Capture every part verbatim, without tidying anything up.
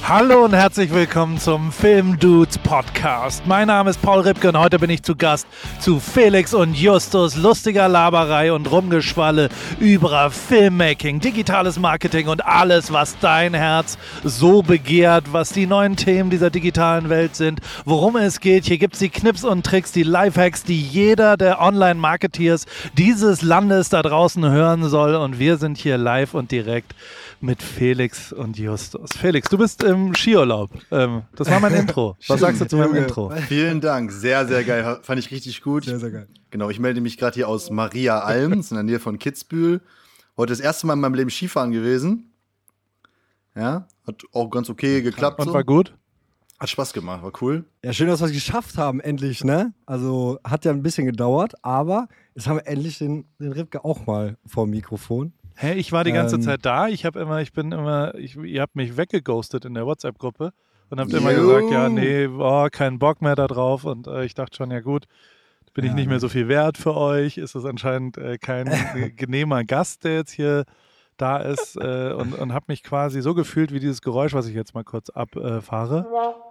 Hallo und herzlich willkommen zum Film Dudes Podcast. Mein Name ist Paul Ripke und heute bin ich zu Gast zu Felix und Justus lustiger Laberei und Rumgeschwalle über Filmmaking, digitales Marketing und alles, was dein Herz so begehrt, was die neuen Themen dieser digitalen Welt sind, worum es geht. Hier gibt es die Knips und Tricks, die Lifehacks, die jeder der Online-Marketeers dieses Landes da draußen hören soll, und wir sind hier live und direkt mit Felix und Justus. Felix, du bist im Skiurlaub. Ähm, das war mein Intro. Was sagst du zu meinem Intro? Vielen Dank, sehr, sehr geil. Fand ich richtig gut. Sehr, sehr geil. Genau, ich melde mich gerade hier aus Maria Alm, das ist in der Nähe von Kitzbühel. Heute das erste Mal in meinem Leben Skifahren gewesen. Ja, hat auch ganz okay geklappt. Und so. war gut? Hat Spaß gemacht, war cool. Ja, schön, dass wir es geschafft haben, endlich, ne? Also, hat ja ein bisschen gedauert, aber jetzt haben wir endlich den, den Ripke auch mal vor dem Mikrofon. Hä, ich war die ganze Ähm, Zeit da. Ich habe immer, ich bin immer, ich, ihr habt mich weggeghostet in der WhatsApp-Gruppe und habt Jo. immer gesagt, ja, nee, oh, keinen Bock mehr da drauf. Und äh, ich dachte schon, ja gut, bin ich Ja, nicht mehr ne. so viel wert für euch. Ist das anscheinend äh, kein äh, genehmer Gast, der jetzt hier da ist, äh, und, und habe mich quasi so gefühlt wie dieses Geräusch, was ich jetzt mal kurz abfahre.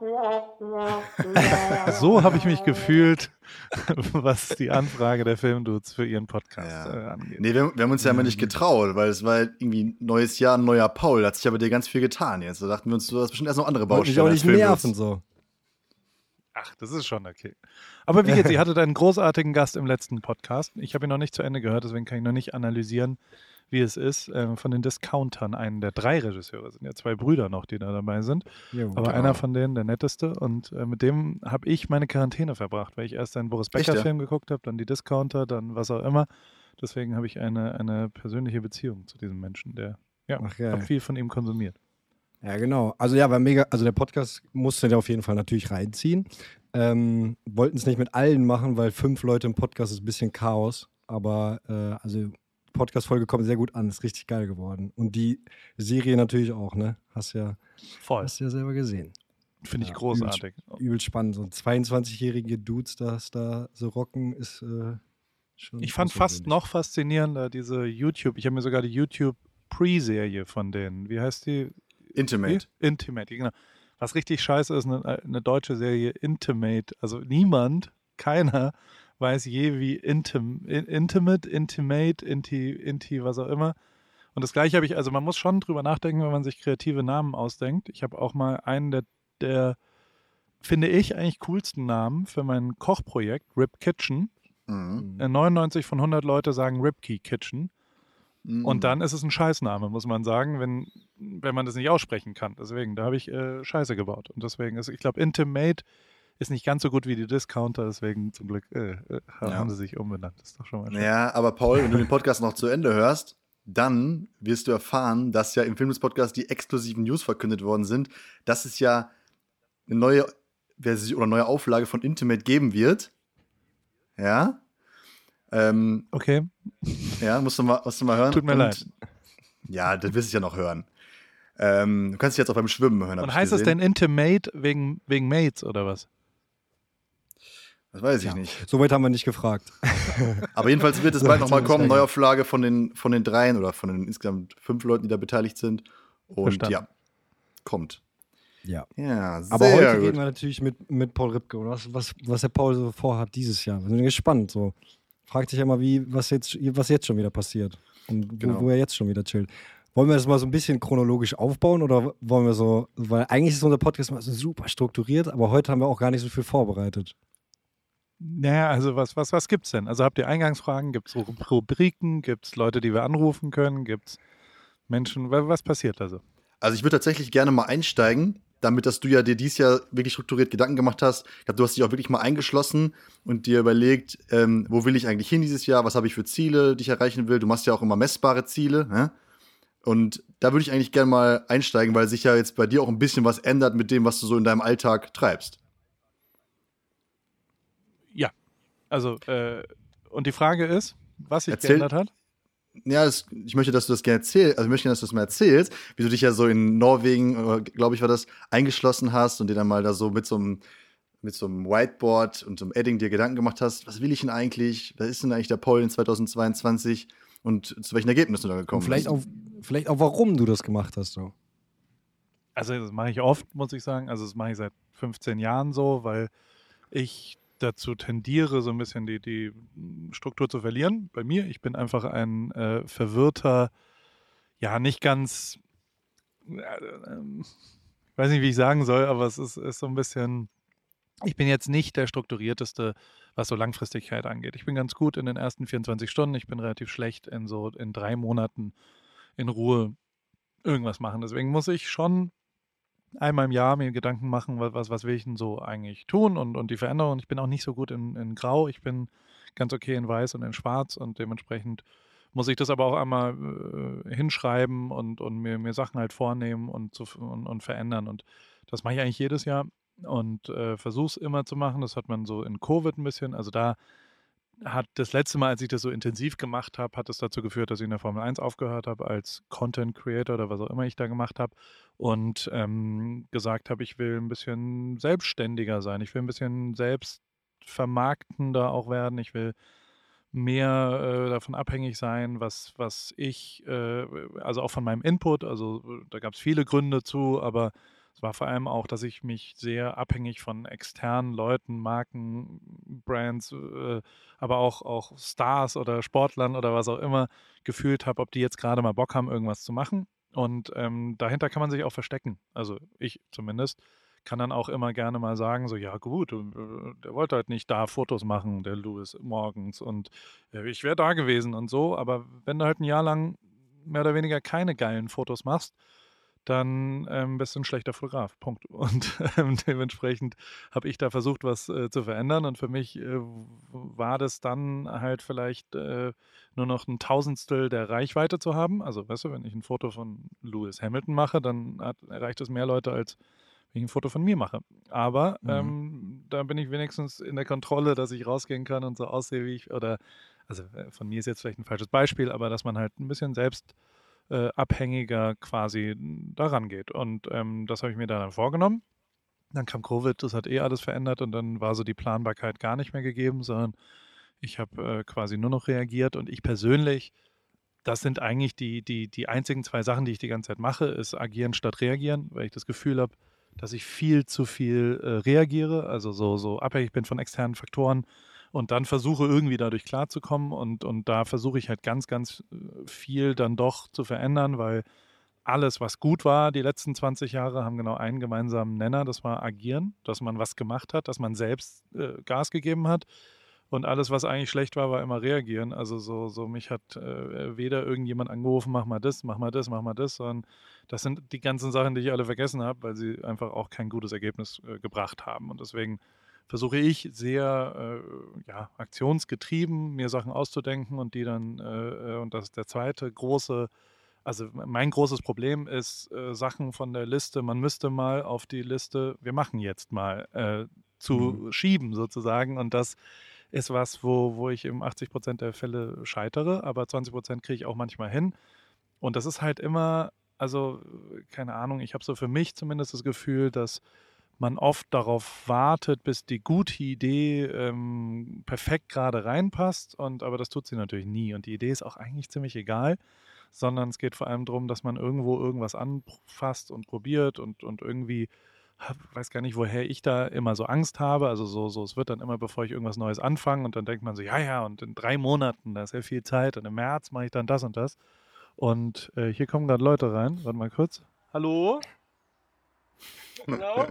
So habe ich mich gefühlt, was die Anfrage der Filmdudes für ihren Podcast Ja. äh, angeht. Nee, wir, wir haben uns ja immer nicht getraut, weil es war halt irgendwie neues Jahr, ein neuer Paul. Da hat sich aber dir ganz viel getan jetzt. Da dachten wir uns, du hast bestimmt erst noch andere Wollte mich Baustellen. auch als nicht Filmdudes. nerven, so. Ach, das ist schon okay. Aber wie geht's? Ihr hattet einen großartigen Gast im letzten Podcast. Ich habe ihn noch nicht zu Ende gehört, deswegen kann ich noch nicht analysieren, wie es ist. Ähm, von den Discountern, einen der drei Regisseure, sind ja zwei Brüder noch, die da dabei sind. Jo, Aber genau. einer von denen, der netteste. Und äh, mit dem habe ich meine Quarantäne verbracht, weil ich erst einen Boris Echt, ja? Becker-Film geguckt habe, dann die Discounter, dann was auch immer. Deswegen habe ich eine, eine persönliche Beziehung zu diesem Menschen, der, ja, Ach, geil. habe viel von ihm konsumiert. Ja, genau. Also ja, war mega, also der Podcast musste der auf jeden Fall natürlich reinziehen. Ähm, wollten es nicht mit allen machen, weil fünf Leute im Podcast ist ein bisschen Chaos. Aber äh, also Podcast-Folge kommt sehr gut an, ist richtig geil geworden. Und die Serie natürlich auch, ne? Hast ja, Voll. hast ja selber gesehen. Finde ich Ja, großartig. Übel spannend. So zweiundzwanzigjährige Dudes, das da so rocken, ist äh, schon. Ich fand fast noch faszinierender diese YouTube, ich habe mir sogar die YouTube-Pre-Serie von denen, wie heißt die? Intimate. Wie? Intimate, genau. Was richtig scheiße ist, eine, eine deutsche Serie Intimate. Also niemand, keiner weiß je, wie intim, in, Intimate, Intimate, Inti, Inti, was auch immer. Und das Gleiche habe ich, also man muss schon drüber nachdenken, wenn man sich kreative Namen ausdenkt. Ich habe auch mal einen der, der, finde ich, eigentlich coolsten Namen für mein Kochprojekt, Rip Kitchen. Mhm. Äh, neunundneunzig von hundert Leute sagen Ripkey Kitchen. Mhm. Und dann ist es ein Scheißname, muss man sagen, wenn, wenn man das nicht aussprechen kann. Deswegen, da habe ich äh, Scheiße gebaut. Und deswegen ist, ich glaube, Intimate ist nicht ganz so gut wie die Discounter, deswegen zum Glück äh, äh, haben Ja. sie sich umbenannt. Das ist doch schon mal schön. Ja, aber Paul, wenn du den Podcast noch zu Ende hörst, dann wirst du erfahren, dass ja im Filmnews-Podcast die exklusiven News verkündet worden sind, dass es ja eine neue Version oder neue Auflage von Intimate geben wird. Ja. Ähm, Okay, ja, musst du mal, musst du mal hören. Tut mir Und, leid. Ja, das wirst du ja noch hören. Ähm, du kannst dich jetzt auch beim Schwimmen hören. hab und ich heißt es gesehen. denn Intimate wegen, wegen Mates oder was? Das weiß ich Ja. nicht. Soweit haben wir nicht gefragt. Aber jedenfalls wird es bald nochmal kommen, Verstanden. Neuauflage von den, von den dreien oder von den insgesamt fünf Leuten, die da beteiligt sind. Und Verstanden. ja, kommt. Ja. Ja, sehr Aber heute gut. reden wir natürlich mit, mit Paul Ripke und was, was, was der Paul so vorhat dieses Jahr. Wir sind gespannt. So. Fragt sich ja mal, wie, was, jetzt, was jetzt schon wieder passiert und wo, Genau. wo er jetzt schon wieder chillt. Wollen wir das mal so ein bisschen chronologisch aufbauen oder wollen wir so, weil eigentlich ist unser Podcast mal so super strukturiert, aber heute haben wir auch gar nicht so viel vorbereitet. Naja, also was, was, was gibt's denn? Also habt ihr Eingangsfragen? Gibt es Rubriken? Gibt es Leute, die wir anrufen können? Gibt es Menschen? wa- Was passiert da so? Also ich würde tatsächlich gerne mal einsteigen, damit, dass du ja dir dieses Jahr wirklich strukturiert Gedanken gemacht hast. Ich glaube, du hast dich auch wirklich mal eingeschlossen und dir überlegt, ähm, wo will ich eigentlich hin dieses Jahr? Was habe ich für Ziele, die ich erreichen will? Du machst ja auch immer messbare Ziele, ne? Und da würde ich eigentlich gerne mal einsteigen, weil sich ja jetzt bei dir auch ein bisschen was ändert mit dem, was du so in deinem Alltag treibst. Ja, also äh, und die Frage ist, was sich Erzähl- geändert hat? Ja, das, ich möchte, dass du das gerne erzählst, also ich möchte, dass du das mal erzählst, wie du dich ja so in Norwegen, glaube ich, war das, eingeschlossen hast und dir dann mal da so mit so einem mit so einem Whiteboard und so einem Edding dir Gedanken gemacht hast, was will ich denn eigentlich, wer ist denn eigentlich der Paul in zweitausendzweiundzwanzig und zu welchen Ergebnissen du da gekommen Und vielleicht bist. auch, vielleicht auch, warum du das gemacht hast. So. Also das mache ich oft, muss ich sagen. Also das mache ich seit fünfzehn Jahren so, weil ich dazu tendiere, so ein bisschen die, die Struktur zu verlieren. Bei mir, ich bin einfach ein äh, verwirrter, ja, nicht ganz, äh, ähm, ich weiß nicht, wie ich sagen soll, aber es ist, ist so ein bisschen, ich bin jetzt nicht der strukturierteste, was so Langfristigkeit angeht. Ich bin ganz gut in den ersten vierundzwanzig Stunden, ich bin relativ schlecht in so in drei Monaten in Ruhe irgendwas machen. Deswegen muss ich schon einmal im Jahr mir Gedanken machen, was, was will ich denn so eigentlich tun und, und die Veränderung. Ich bin auch nicht so gut in, in Grau, ich bin ganz okay in Weiß und in Schwarz und dementsprechend muss ich das aber auch einmal äh, hinschreiben und, und mir, mir Sachen halt vornehmen und, zu, und, und verändern. Und das mache ich eigentlich jedes Jahr und äh, versuche es immer zu machen. Das hat man so in Covid ein bisschen, also da hat das letzte Mal, als ich das so intensiv gemacht habe, hat es dazu geführt, dass ich in der Formel eins aufgehört habe als Content Creator oder was auch immer ich da gemacht habe und ähm, gesagt habe, ich will ein bisschen selbstständiger sein. Ich will ein bisschen selbstvermarktender auch werden. Ich will mehr äh, davon abhängig sein, was, was ich, äh, also auch von meinem Input, also da gab es viele Gründe zu, aber es war vor allem auch, dass ich mich sehr abhängig von externen Leuten, Marken, Brands, äh, aber auch, auch Stars oder Sportlern oder was auch immer gefühlt habe, ob die jetzt gerade mal Bock haben, irgendwas zu machen. Und ähm, dahinter kann man sich auch verstecken. Also ich zumindest kann dann auch immer gerne mal sagen, so ja gut, äh, der wollte halt nicht da Fotos machen, der Louis morgens und äh, ich wäre da gewesen und so. Aber wenn du halt ein Jahr lang mehr oder weniger keine geilen Fotos machst, dann ähm, bist du ein schlechter Fotograf. Punkt. Und ähm, dementsprechend habe ich da versucht, was äh, zu verändern. Und für mich äh, war das dann halt vielleicht äh, nur noch ein Tausendstel der Reichweite zu haben. Also, weißt du, wenn ich ein Foto von Lewis Hamilton mache, dann hat, erreicht es mehr Leute, als wenn ich ein Foto von mir mache. Aber Mhm. ähm, da bin ich wenigstens in der Kontrolle, dass ich rausgehen kann und so aussehe, wie ich, oder, also äh, von mir ist jetzt vielleicht ein falsches Beispiel, aber dass man halt ein bisschen selbst äh, abhängiger quasi daran geht. Und ähm, das habe ich mir dann vorgenommen. Dann kam Covid, das hat eh alles verändert und dann war so die Planbarkeit gar nicht mehr gegeben, sondern ich habe äh, quasi nur noch reagiert und ich persönlich, das sind eigentlich die, die, die einzigen zwei Sachen, die ich die ganze Zeit mache, ist agieren statt reagieren, weil ich das Gefühl habe, dass ich viel zu viel äh, reagiere, also so, so abhängig bin von externen Faktoren und dann versuche irgendwie dadurch klarzukommen und, und da versuche ich halt ganz, ganz viel dann doch zu verändern, weil alles, was gut war, die letzten zwanzig Jahre, haben genau einen gemeinsamen Nenner, das war agieren, dass man was gemacht hat, dass man selbst äh, Gas gegeben hat. Und alles, was eigentlich schlecht war, war immer reagieren. Also so, so mich hat äh, weder irgendjemand angerufen, mach mal das, mach mal das, mach mal das, sondern das sind die ganzen Sachen, die ich alle vergessen habe, weil sie einfach auch kein gutes Ergebnis äh, gebracht haben. Und deswegen versuche ich sehr äh, ja, aktionsgetrieben, mir Sachen auszudenken und die dann, äh, und das ist der zweite große, also mein großes Problem ist, äh, Sachen von der Liste, man müsste mal auf die Liste, wir machen jetzt mal, äh, zu Mhm. schieben sozusagen. Und das ist was, wo, wo ich im achtzig Prozent der Fälle scheitere, aber zwanzig Prozent kriege ich auch manchmal hin. Und das ist halt immer, also keine Ahnung, ich habe so für mich zumindest das Gefühl, dass man oft darauf wartet, bis die gute Idee ähm, perfekt gerade reinpasst. Und aber das tut sie natürlich nie. Und die Idee ist auch eigentlich ziemlich egal, sondern es geht vor allem darum, dass man irgendwo irgendwas anfasst und probiert und, und irgendwie, weiß gar nicht, woher ich da immer so Angst habe. Also so, so, es wird dann immer, bevor ich irgendwas Neues anfange und dann denkt man so, ja, ja, und in drei Monaten, da ist ja viel Zeit und im März mache ich dann das und das. Und äh, hier kommen gerade Leute rein. Warte mal kurz. Hallo? Hallo?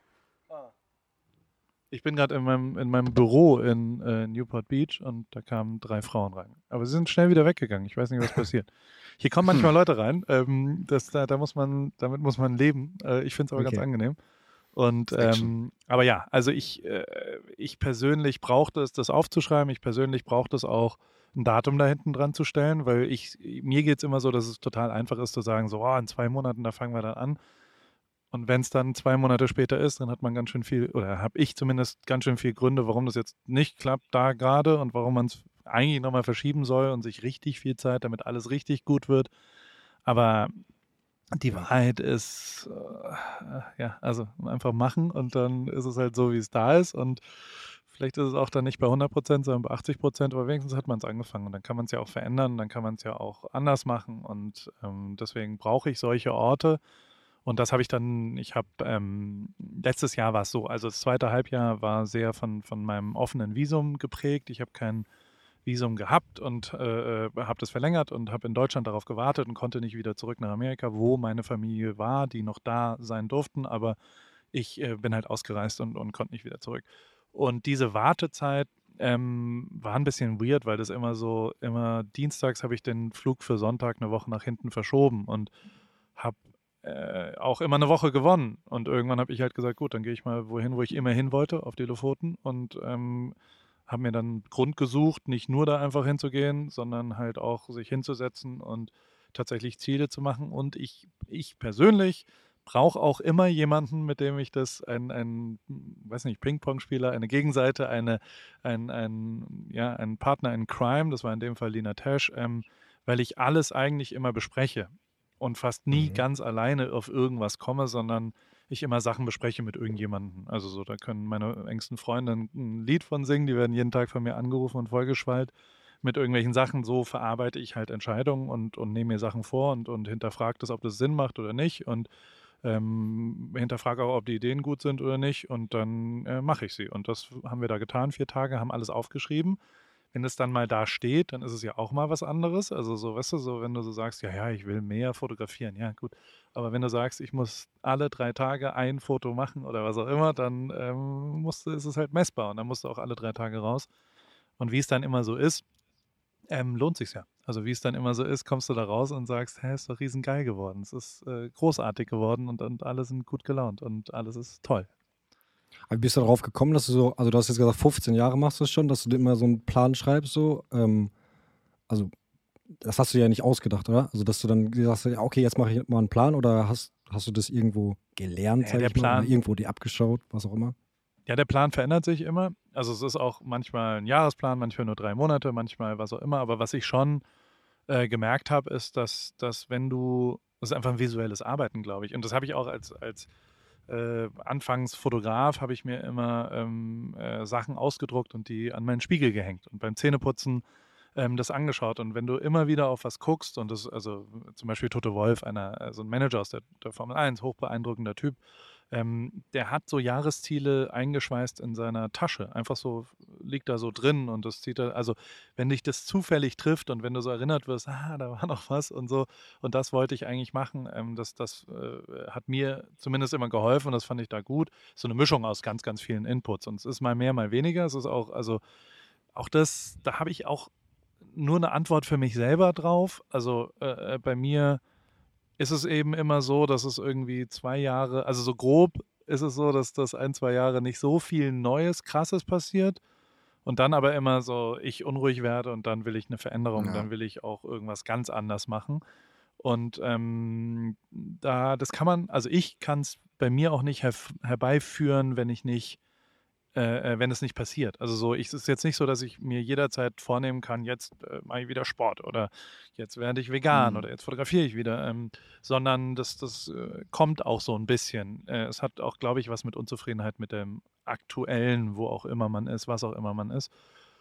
Ich bin gerade in meinem, in meinem Büro in äh, Newport Beach und da kamen drei Frauen rein. Aber sie sind schnell wieder weggegangen. Ich weiß nicht, was passiert. Hier kommen manchmal Leute rein. Ähm, das, da, da muss man, damit muss man leben. Äh, ich finde es aber Okay. ganz angenehm. Und ähm, aber ja, also ich, äh, ich persönlich brauchte es, das aufzuschreiben. Ich persönlich brauchte es auch, ein Datum da hinten dran zu stellen, weil ich, mir geht es immer so, dass es total einfach ist zu sagen, so, oh, in zwei Monaten, da fangen wir dann an. Und wenn es dann zwei Monate später ist, dann hat man ganz schön viel, oder habe ich zumindest ganz schön viel Gründe, warum das jetzt nicht klappt da gerade und warum man es eigentlich nochmal verschieben soll und sich richtig viel Zeit, damit alles richtig gut wird. Aber die Wahrheit ist, äh, ja, also einfach machen und dann ist es halt so, wie es da ist und vielleicht ist es auch dann nicht bei hundert Prozent, sondern bei achtzig Prozent, aber wenigstens hat man es angefangen und dann kann man es ja auch verändern, dann kann man es ja auch anders machen und ähm, deswegen brauche ich solche Orte. Und das habe ich dann, ich habe, ähm, letztes Jahr war es so, also das zweite Halbjahr war sehr von, von meinem offenen Visum geprägt. Ich habe kein Visum gehabt und äh, habe das verlängert und habe in Deutschland darauf gewartet und konnte nicht wieder zurück nach Amerika, wo meine Familie war, die noch da sein durften, aber ich äh, bin halt ausgereist und, und konnte nicht wieder zurück. Und diese Wartezeit ähm, war ein bisschen weird, weil das immer so, immer dienstags habe ich den Flug für Sonntag eine Woche nach hinten verschoben und habe äh, auch immer eine Woche gewonnen. Und irgendwann habe ich halt gesagt, gut, dann gehe ich mal wohin, wo ich immer hin wollte, auf die Lofoten und ähm, habe mir dann einen Grund gesucht, nicht nur da einfach hinzugehen, sondern halt auch sich hinzusetzen und tatsächlich Ziele zu machen. Und ich, ich persönlich brauche auch immer jemanden, mit dem ich das, ein, ein weiß nicht, Ping-Pong-Spieler, eine Gegenseite, eine, ein, ein, ja, ein Partner in Crime, das war in dem Fall Lina Tesh, ähm, weil ich alles eigentlich immer bespreche und fast nie Mhm. ganz alleine auf irgendwas komme, sondern ich immer Sachen bespreche mit irgendjemandem. Also so, da können meine engsten Freunde ein Lied von singen, die werden jeden Tag von mir angerufen und vollgeschwallt mit irgendwelchen Sachen. So verarbeite ich halt Entscheidungen und, und nehme mir Sachen vor und, und hinterfrage das, ob das Sinn macht oder nicht und ähm, hinterfrage auch, ob die Ideen gut sind oder nicht und dann äh, mache ich sie. Und das haben wir da getan, vier Tage, haben alles aufgeschrieben. Wenn es dann mal da steht, dann ist es ja auch mal was anderes. Also so, weißt du, so wenn du so sagst, ja, ja, ich will mehr fotografieren, ja gut. Aber wenn du sagst, ich muss alle drei Tage ein Foto machen oder was auch immer, dann ähm, musst du, ist es halt messbar und dann musst du auch alle drei Tage raus. Und wie es dann immer so ist, ähm, lohnt sich's ja. Also wie es dann immer so ist, kommst du da raus und sagst, hä, ist doch riesengeil geworden. Es ist äh, großartig geworden und, und alle sind gut gelaunt und alles ist toll. Aber wie bist du darauf gekommen, dass du so, also du hast jetzt gesagt, fünfzehn Jahre machst du es schon, dass du dir immer so einen Plan schreibst, so, ähm, also das hast du ja nicht ausgedacht, oder? Also dass du dann sagst, ja, okay, jetzt mache ich mal einen Plan oder hast, hast du das irgendwo gelernt, Naja, sag der ich mal, oder Plan, irgendwo dir abgeschaut, was auch immer? ja, der Plan verändert sich immer. Also es ist auch manchmal ein Jahresplan, manchmal nur drei Monate, manchmal was auch immer. Aber was ich schon äh, gemerkt habe, ist, dass, dass wenn du, das ist einfach ein visuelles Arbeiten, glaube ich. Und das habe ich auch als, als äh, Anfangsfotograf, habe ich mir immer ähm, äh, Sachen ausgedruckt und die an meinen Spiegel gehängt. Und beim Zähneputzen ähm, das angeschaut. Und wenn du immer wieder auf was guckst, und das, also zum Beispiel Toto Wolff, einer, also ein Manager aus der, der Formel eins, hochbeeindruckender Typ, ähm, der hat so Jahresziele eingeschweißt in seiner Tasche. Einfach so, liegt da so drin und das zieht er, also wenn dich das zufällig trifft und wenn du so erinnert wirst, ah, da war noch was und so und das wollte ich eigentlich machen, ähm, das, das äh, hat mir zumindest immer geholfen und das fand ich da gut. So eine Mischung aus ganz, ganz vielen Inputs und es ist mal mehr, mal weniger. Es ist auch, also auch das, da habe ich auch nur eine Antwort für mich selber drauf. Also äh, bei mir ist es eben immer so, dass es irgendwie zwei Jahre, also so grob ist es so, dass das ein, zwei Jahre nicht so viel Neues, Krasses passiert und dann aber immer so ich unruhig werde und dann will ich eine Veränderung, Ja. dann will ich auch irgendwas ganz anders machen. Und ähm, da, das kann man, also ich kann es bei mir auch nicht her herbeiführen, wenn ich nicht äh, wenn es nicht passiert. Also so, ich, es ist jetzt nicht so, dass ich mir jederzeit vornehmen kann, jetzt äh, mache ich wieder Sport oder jetzt werde ich vegan Mhm. oder jetzt fotografiere ich wieder, ähm, sondern das, das äh, kommt auch so ein bisschen. Äh, es hat auch, glaube ich, was mit Unzufriedenheit mit dem aktuellen, wo auch immer man ist, was auch immer man ist.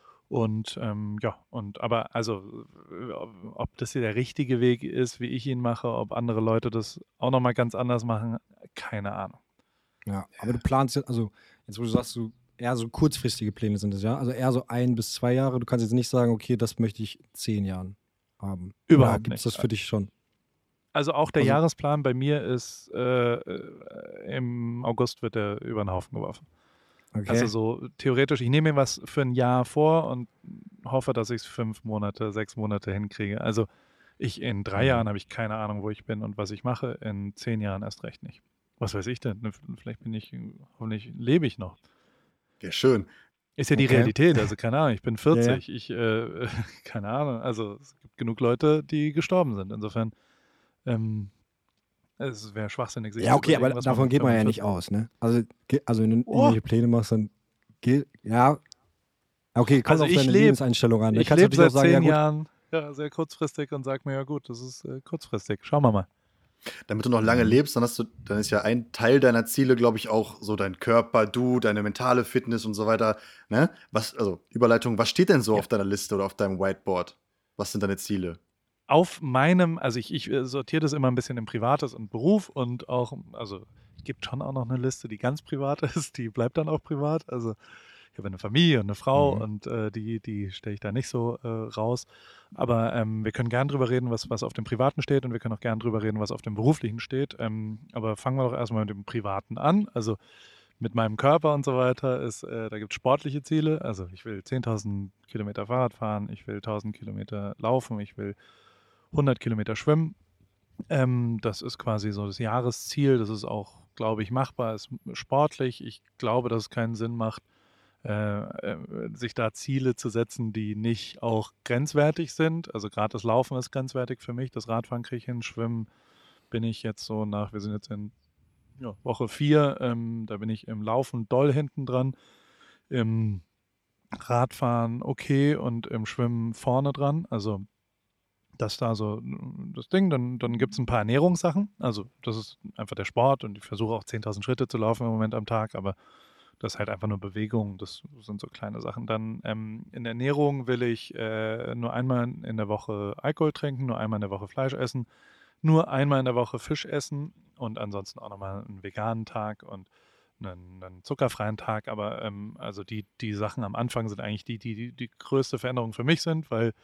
Und ähm, ja, und aber also, äh, ob das hier der richtige Weg ist, wie ich ihn mache, ob andere Leute das auch nochmal ganz anders machen, keine Ahnung. Ja, aber du planst jetzt, also jetzt wo du sagst, du eher so kurzfristige Pläne sind es, ja? Also eher so ein bis zwei Jahre. Du kannst jetzt nicht sagen, okay, das möchte ich in zehn Jahren haben. Überhaupt Gibt es nicht. das für dich schon? Also auch der Also, Jahresplan bei mir ist, äh, äh, im August wird er über den Haufen geworfen. Also okay. so theoretisch, ich nehme mir was für ein Jahr vor und hoffe, dass ich es fünf Monate, sechs Monate hinkriege. Also ich in drei Jahren Mhm. habe ich keine Ahnung, wo ich bin und was ich mache. In zehn Jahren erst recht nicht. Was weiß ich denn? Ne, Vielleicht bin ich, hoffentlich lebe ich noch. Ja, schön. Ist ja die Okay. Realität, also keine Ahnung, ich bin Ja, ja. vierzig, ich, äh, keine Ahnung, also es gibt genug Leute, die gestorben sind. Insofern, ähm, es wäre schwachsinnig, sich Ja, zu okay, aber überlegen, was man davon mit geht man ja nicht fünfundvierzig aus, ne? Also, ge- also wenn du Oh, irgendwelche Pläne machst, dann geht, ja, okay, kommt also auf ich deine lebe, Lebenseinstellung an. Da ich kannst du lebe natürlich auch seit sagen, ja zehn gut, Jahren ja, sehr kurzfristig und sag mir, ja gut, das ist äh, kurzfristig. Schauen wir mal. Damit du noch lange mhm. lebst, dann hast du, dann ist ja ein Teil deiner Ziele, glaube ich, auch so dein Körper, du, deine mentale Fitness und so weiter. Ne? Was, also Überleitung, was steht denn so Ja. auf deiner Liste oder auf deinem Whiteboard? Was sind deine Ziele? auf meinem, also ich, ich sortiere das immer ein bisschen in Privates und Beruf und auch, also es gibt schon auch noch eine Liste, die ganz privat ist, die bleibt dann auch privat. Also ich habe eine Familie und eine Frau Mhm. und äh, die, die stelle ich da nicht so äh, raus. Aber ähm, wir können gern drüber reden, was, was auf dem Privaten steht und wir können auch gern drüber reden, was auf dem Beruflichen steht. Ähm, aber fangen wir doch erstmal mit dem Privaten an. Also mit meinem Körper und so weiter ist, äh, da gibt es sportliche Ziele. Also ich will zehntausend Kilometer Fahrrad fahren, ich will tausend Kilometer laufen, ich will hundert Kilometer schwimmen. Ähm, das ist quasi so das Jahresziel. Das ist auch, glaube ich, machbar, ist sportlich. Ich glaube, dass es keinen Sinn macht, äh, äh, sich da Ziele zu setzen, die nicht auch grenzwertig sind. Also gerade das Laufen ist grenzwertig für mich. Das Radfahren kriege ich hin. Schwimmen bin ich jetzt so nach, wir sind jetzt in ja, Woche vier, ähm, da bin ich im Laufen doll hinten dran. Im Radfahren okay und im Schwimmen vorne dran. Also das da so das Ding. Dann, dann gibt es ein paar Ernährungssachen. Also das ist einfach der Sport und ich versuche auch zehntausend Schritte zu laufen im Moment am Tag, aber das ist halt einfach nur Bewegung. Das sind so kleine Sachen. Dann ähm, in der Ernährung will ich äh, nur einmal in der Woche Alkohol trinken, nur einmal in der Woche Fleisch essen, nur einmal in der Woche Fisch essen und ansonsten auch nochmal einen veganen Tag und einen, einen zuckerfreien Tag. Aber ähm, also die, die Sachen am Anfang sind eigentlich die, die, die die größte Veränderung für mich sind, weil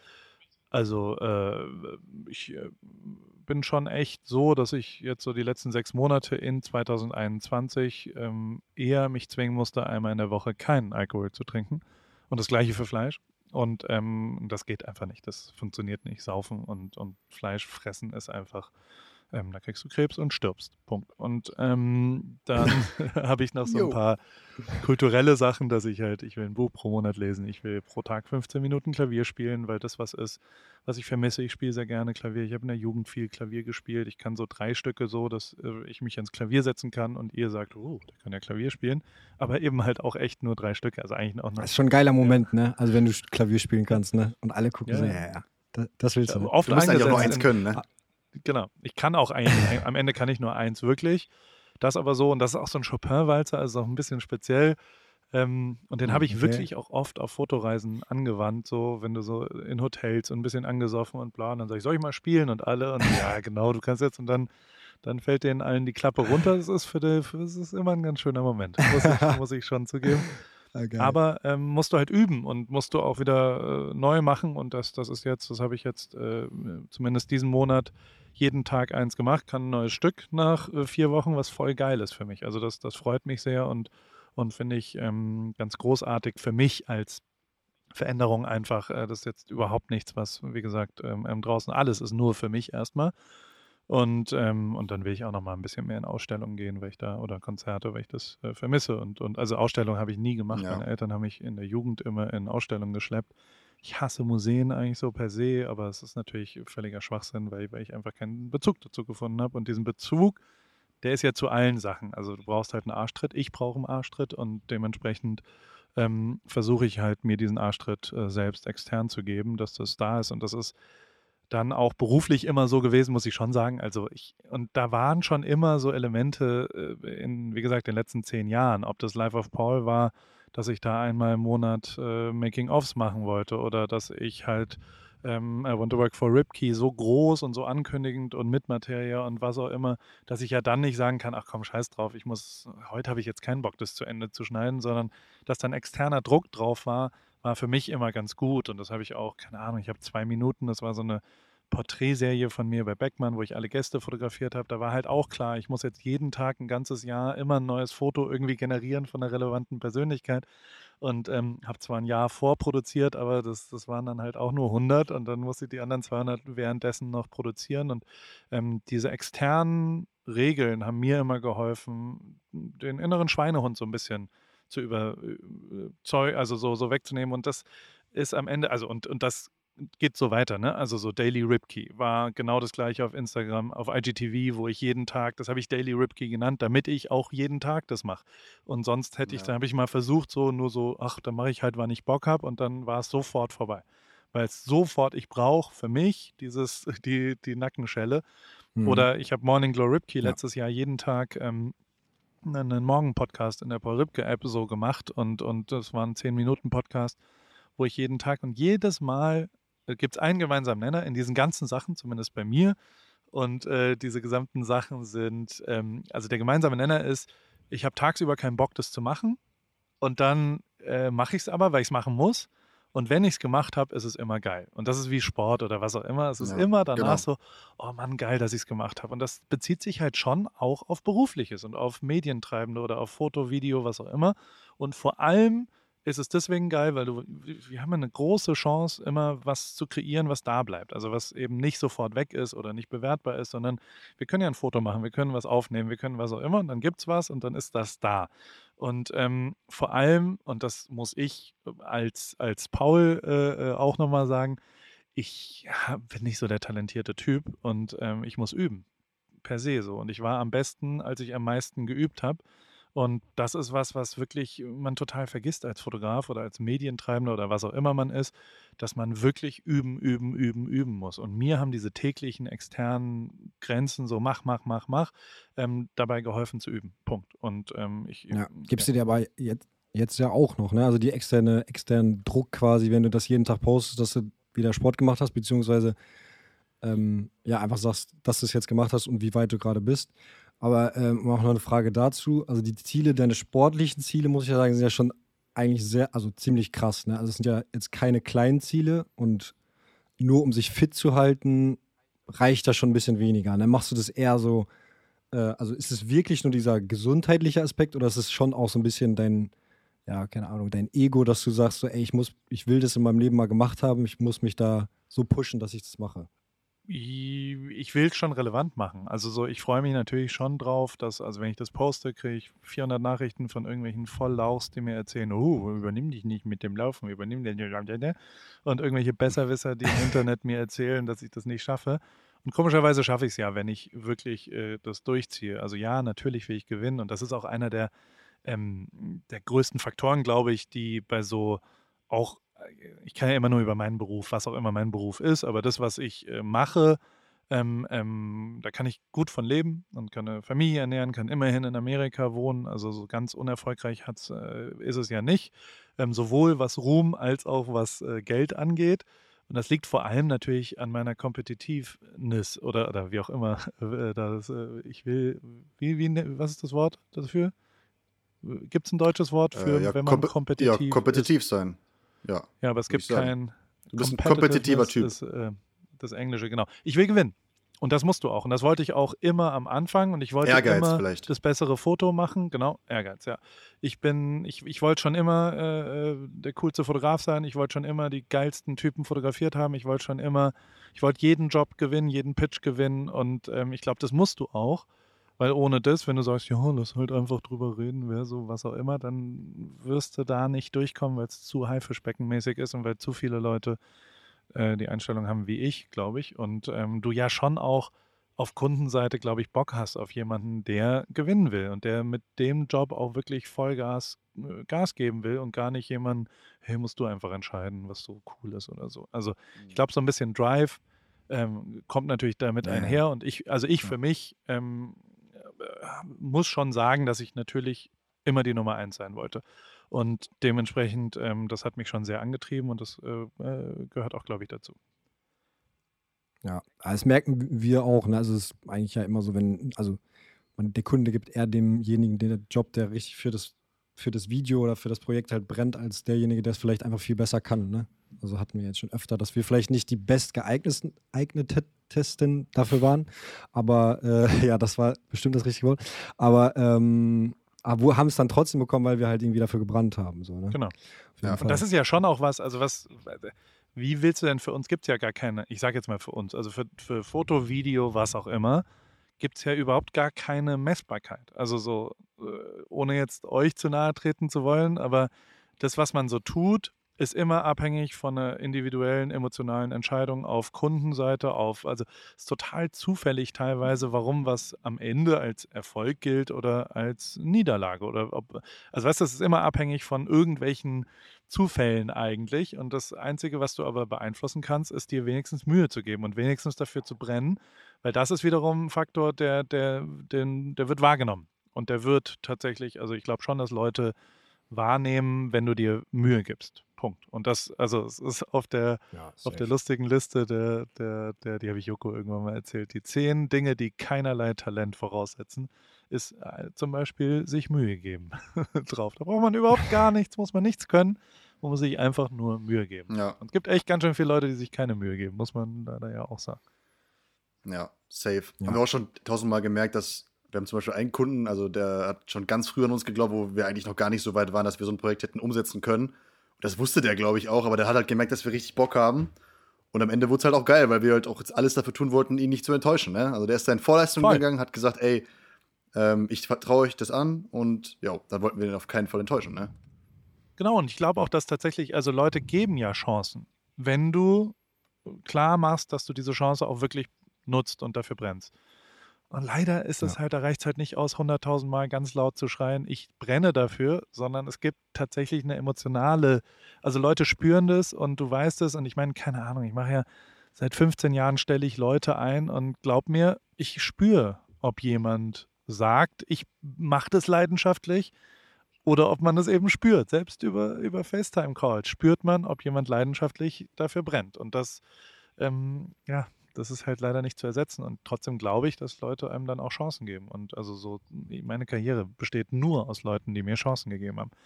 also äh, ich äh, bin schon echt so, dass ich jetzt so die letzten sechs Monate in zwanzig einundzwanzig ähm, eher mich zwingen musste, einmal in der Woche keinen Alkohol zu trinken. Und das gleiche für Fleisch. Und ähm, das geht einfach nicht. Das funktioniert nicht. Saufen und, und Fleisch fressen ist einfach, ähm, da kriegst du Krebs und stirbst. Punkt. Und ähm, dann habe ich noch so ein Jo. paar kulturelle Sachen, dass ich halt, ich will ein Buch pro Monat lesen, ich will pro Tag fünfzehn Minuten Klavier spielen, weil das was ist, was ich vermisse. Ich spiele sehr gerne Klavier. Ich habe in der Jugend viel Klavier gespielt. Ich kann so drei Stücke so, dass äh, ich mich ans Klavier setzen kann und ihr sagt, oh, der kann ja Klavier spielen. Aber eben halt auch echt nur drei Stücke. Also eigentlich auch noch. Das ist schon ein geiler Moment, ne? Also wenn du Klavier spielen kannst, ne? Und alle gucken Ja. so, ja, ja, das, das willst du. Ja, Ne? oft Du musst eigentlich auch nur eingesetzt eins in- können, ne? Genau. Ich kann auch eigentlich, am Ende kann ich nur eins wirklich. Das aber so, und das ist auch so ein Chopin-Walzer, also auch ein bisschen speziell. Ähm, und den habe ich Okay. wirklich auch oft auf Fotoreisen angewandt, so wenn du so in Hotels und ein bisschen angesoffen und bla, und dann sag ich, soll ich mal spielen? Und alle, und ja, genau, du kannst jetzt, und dann, dann fällt denen allen die Klappe runter. Das ist für die, für, das ist immer ein ganz schöner Moment, muss ich, muss ich schon zugeben. Ah, geil. Aber ähm, musst du halt üben und musst du auch wieder äh, neu machen. Und das, das ist jetzt, das habe ich jetzt äh, zumindest diesen Monat jeden Tag eins gemacht, kann ein neues Stück nach äh, vier Wochen, was voll geil ist für mich. Also das, das freut mich sehr und, und finde ich ähm, ganz großartig für mich als Veränderung einfach. Äh, das ist jetzt überhaupt nichts, was, wie gesagt, ähm, ähm, draußen alles ist nur für mich erstmal. Und, ähm, und dann will ich auch noch mal ein bisschen mehr in Ausstellungen gehen, weil ich da, oder Konzerte, weil ich das äh, vermisse. Und, und also Ausstellungen habe ich nie gemacht. Ja. Meine Eltern haben mich in der Jugend immer in Ausstellungen geschleppt. Ich hasse Museen eigentlich so per se, aber es ist natürlich völliger Schwachsinn, weil, weil ich einfach keinen Bezug dazu gefunden habe. Und diesen Bezug, der ist ja zu allen Sachen. Also du brauchst halt einen Arschtritt, ich brauche einen Arschtritt und dementsprechend ähm, versuche ich halt mir diesen Arschtritt äh, selbst extern zu geben, dass das da ist. Und das ist dann auch beruflich immer so gewesen, muss ich schon sagen. Also ich, und da waren schon immer so Elemente äh, in, wie gesagt, den letzten zehn Jahren, ob das Life of Paul war, dass ich da einmal im Monat äh, Making-ofs machen wollte oder dass ich halt ähm, I Want to Work for Ripkey so groß und so ankündigend und mit Materie und was auch immer, dass ich ja dann nicht sagen kann, ach komm, scheiß drauf, ich muss, heute habe ich jetzt keinen Bock, das zu Ende zu schneiden, sondern dass dann externer Druck drauf war, war für mich immer ganz gut. Und das habe ich auch, keine Ahnung, ich habe zwei Minuten, das war so eine Porträtserie von mir bei Beckmann, wo ich alle Gäste fotografiert habe. Da war halt auch klar, ich muss jetzt jeden Tag ein ganzes Jahr immer ein neues Foto irgendwie generieren von einer relevanten Persönlichkeit. Und ähm, habe zwar ein Jahr vorproduziert, aber das, das waren dann halt auch nur hundert und dann musste ich die anderen zweihundert währenddessen noch produzieren. Und ähm, diese externen Regeln haben mir immer geholfen, den inneren Schweinehund so ein bisschen zu überzeugen, also so, so wegzunehmen. Und das ist am Ende, also und, und das geht so weiter, ne? Also so Daily Ripkey war genau das gleiche auf Instagram, auf I G T V, wo ich jeden Tag, das habe ich Daily Ripkey genannt, damit ich auch jeden Tag das mache. Und sonst hätte ich, Ja. da habe ich mal versucht, so nur so, ach, dann mache ich halt, wann ich Bock habe und dann war es sofort vorbei. Weil es sofort, ich brauche für mich dieses, die, die Nackenschelle. Mhm. Oder ich habe Morning Glow Ripkey Ja. letztes Jahr jeden Tag ähm, einen Morgen-Podcast in der Paul Ripke-App so gemacht und, und das war ein zehn Minuten Podcast, wo ich jeden Tag und jedes Mal gibt es einen gemeinsamen Nenner in diesen ganzen Sachen, zumindest bei mir. Und äh, diese gesamten Sachen sind, ähm, also der gemeinsame Nenner ist, ich habe tagsüber keinen Bock, das zu machen. Und dann äh, mache ich es aber, weil ich es machen muss. Und wenn ich es gemacht habe, ist es immer geil. Und das ist wie Sport oder was auch immer. Es ist Ja, immer danach genau. so, oh Mann, geil, dass ich es gemacht habe. Und das bezieht sich halt schon auch auf Berufliches und auf Medientreibende oder auf Foto, Video, was auch immer. Und vor allem ist es deswegen geil, weil du, wir haben eine große Chance, immer was zu kreieren, was da bleibt. Also was eben nicht sofort weg ist oder nicht bewertbar ist, sondern wir können ja ein Foto machen, wir können was aufnehmen, wir können was auch immer und dann gibt es was und dann ist das da. Und ähm, vor allem, und das muss ich als, als Paul äh, auch nochmal sagen, ich ja, bin nicht so der talentierte Typ und ähm, ich muss üben, per se so. Und ich war am besten, als ich am meisten geübt habe. Und das ist was, was wirklich man total vergisst als Fotograf oder als Medientreibender oder was auch immer man ist, dass man wirklich üben, üben, üben, üben muss. Und mir haben diese täglichen externen Grenzen, so mach, mach, mach, mach, ähm, dabei geholfen zu üben. Punkt. Und ähm, ich. Ja, gibst ja. du dir aber jetzt, jetzt ja auch noch, ne? Also die externe, externen Druck quasi, wenn du das jeden Tag postest, dass du wieder Sport gemacht hast, beziehungsweise ähm, ja, einfach sagst, dass du es jetzt gemacht hast und wie weit du gerade bist. Aber ähm, auch noch eine Frage dazu. Also die Ziele, deine sportlichen Ziele, muss ich ja sagen, sind ja schon eigentlich sehr, also ziemlich krass. Ne? Also es sind ja jetzt keine kleinen Ziele und nur um sich fit zu halten, reicht das schon ein bisschen weniger. Ne? Machst du das eher so, äh, also ist es wirklich nur dieser gesundheitliche Aspekt oder ist es schon auch so ein bisschen dein, ja, keine Ahnung, dein Ego, dass du sagst, so, ey, ich muss, ich will das in meinem Leben mal gemacht haben, ich muss mich da so pushen, dass ich das mache? Ich will es schon relevant machen. Also so, ich freue mich natürlich schon drauf, dass, also wenn ich das poste, kriege ich vierhundert Nachrichten von irgendwelchen Volllauchs, die mir erzählen, oh, übernimm dich nicht mit dem Laufen, übernimm den, und irgendwelche Besserwisser, die im Internet mir erzählen, dass ich das nicht schaffe. Und komischerweise schaffe ich es ja, wenn ich wirklich äh, das durchziehe. Also ja, natürlich will ich gewinnen und das ist auch einer der, ähm, der größten Faktoren, glaube ich, die bei so auch ich kann ja immer nur über meinen Beruf, was auch immer mein Beruf ist, aber das, was ich äh, mache, ähm, ähm, da kann ich gut von leben und kann eine Familie ernähren, kann immerhin in Amerika wohnen, also so ganz unerfolgreich hat's, äh, ist es ja nicht, ähm, sowohl was Ruhm als auch was äh, Geld angeht. Und das liegt vor allem natürlich an meiner Competitiveness oder, oder wie auch immer. Äh, das, äh, ich will, wie, wie, was ist das Wort dafür? Gibt es ein deutsches Wort für, Äh, ja, wenn man kompe- kompetitiv ja, kompetitiv ist? sein. Ja, Ja, aber es würde ich gibt sagen. kein Du bist ein kompetitiver Typ. Ist äh, das Englische, genau. Ich will gewinnen. Und das musst du auch. Und das wollte ich auch immer am Anfang. Und ich wollte Ehrgeiz immer vielleicht. das bessere Foto machen. Genau, Ehrgeiz, ja. Ich bin, ich, ich wollte schon immer äh, der coolste Fotograf sein. Ich wollte schon immer die geilsten Typen fotografiert haben. Ich wollte schon immer, ich wollte jeden Job gewinnen, jeden Pitch gewinnen. Und ähm, ich glaube, das musst du auch. Weil ohne das, wenn du sagst, ja, lass halt einfach drüber reden, wer so, was auch immer, dann wirst du da nicht durchkommen, weil es zu haifischbeckenmäßig ist und weil zu viele Leute äh, die Einstellung haben wie ich, glaube ich. Und ähm, du ja schon auch auf Kundenseite, glaube ich, Bock hast auf jemanden, der gewinnen will und der mit dem Job auch wirklich Vollgas äh, Gas geben will und gar nicht jemanden, hey, musst du einfach entscheiden, was so cool ist oder so. Also ich glaube, so ein bisschen Drive ähm, kommt natürlich damit Ja, einher und ich, also ich für mich ähm, muss schon sagen, dass ich natürlich immer die Nummer eins sein wollte. Und dementsprechend, ähm, das hat mich schon sehr angetrieben und das äh, äh, gehört auch, glaube ich, dazu. Ja, das merken wir auch. Ne? Also es ist eigentlich ja immer so, wenn, also man, der Kunde gibt eher demjenigen den Job, der richtig für das, für das Video oder für das Projekt halt brennt, als derjenige, der es vielleicht einfach viel besser kann. Ne? Also hatten wir jetzt schon öfter, dass wir vielleicht nicht die bestgeeignetsten Testen dafür waren. Aber äh, ja, das war bestimmt das richtige Wort. Aber, ähm, aber haben es dann trotzdem bekommen, weil wir halt irgendwie dafür gebrannt haben. So, ne? Genau. Ja, und das ist ja schon auch was, also was, wie willst du denn, für uns gibt es ja gar keine, ich sage jetzt mal für uns, also für, für Foto, Video, was auch immer, gibt es ja überhaupt gar keine Messbarkeit. Also so, ohne jetzt euch zu nahe treten zu wollen, aber das, was man so tut, ist immer abhängig von einer individuellen, emotionalen Entscheidung auf Kundenseite, auf, also es ist total zufällig teilweise, warum was am Ende als Erfolg gilt oder als Niederlage oder ob, also weißt du, das ist immer abhängig von irgendwelchen Zufällen eigentlich und das Einzige, was du aber beeinflussen kannst, ist dir wenigstens Mühe zu geben und wenigstens dafür zu brennen, weil das ist wiederum ein Faktor, der, der, den, der wird wahrgenommen und der wird tatsächlich, also ich glaube schon, dass Leute wahrnehmen, wenn du dir Mühe gibst. Punkt. Und das, also es ist auf der, Ja, auf der lustigen Liste, der, der, der, die habe ich Joko irgendwann mal erzählt, die zehn Dinge, die keinerlei Talent voraussetzen, ist äh, zum Beispiel sich Mühe geben drauf. Da braucht man überhaupt gar nichts, muss man nichts können, man muss sich einfach nur Mühe geben. Ja. Und es gibt echt ganz schön viele Leute, die sich keine Mühe geben, muss man leider ja auch sagen. Ja, safe. Ja. Haben wir auch schon tausendmal gemerkt, dass wir haben zum Beispiel einen Kunden, also der hat schon ganz früh an uns geglaubt, wo wir eigentlich noch gar nicht so weit waren, dass wir so ein Projekt hätten umsetzen können. Und das wusste der, glaube ich, auch, aber der hat halt gemerkt, dass wir richtig Bock haben. Und am Ende wurde es halt auch geil, weil wir halt auch jetzt alles dafür tun wollten, ihn nicht zu enttäuschen. Ne? Also der ist da in Vorleistung Voll. gegangen, hat gesagt, ey, ähm, ich vertraue euch das an und ja, dann wollten wir den auf keinen Fall enttäuschen. Ne? Genau, und ich glaube auch, dass tatsächlich, also Leute geben ja Chancen, wenn du klar machst, dass du diese Chance auch wirklich nutzt und dafür brennst. Und leider ist es Ja. halt, da reicht es halt nicht aus, hunderttausend Mal ganz laut zu schreien, ich brenne dafür, sondern es gibt tatsächlich eine emotionale, also Leute spüren das und du weißt es und ich meine, keine Ahnung, ich mache ja seit fünfzehn Jahren stelle ich Leute ein und glaub mir, ich spüre, ob jemand sagt, ich mache das leidenschaftlich oder ob man es eben spürt. Selbst über, über FaceTime-Calls spürt man, ob jemand leidenschaftlich dafür brennt. Und das, ähm, ja, das ist halt leider nicht zu ersetzen. Und trotzdem glaube ich, dass Leute einem dann auch Chancen geben. Und also so, meine Karriere besteht nur aus Leuten, die mir Chancen gegeben haben.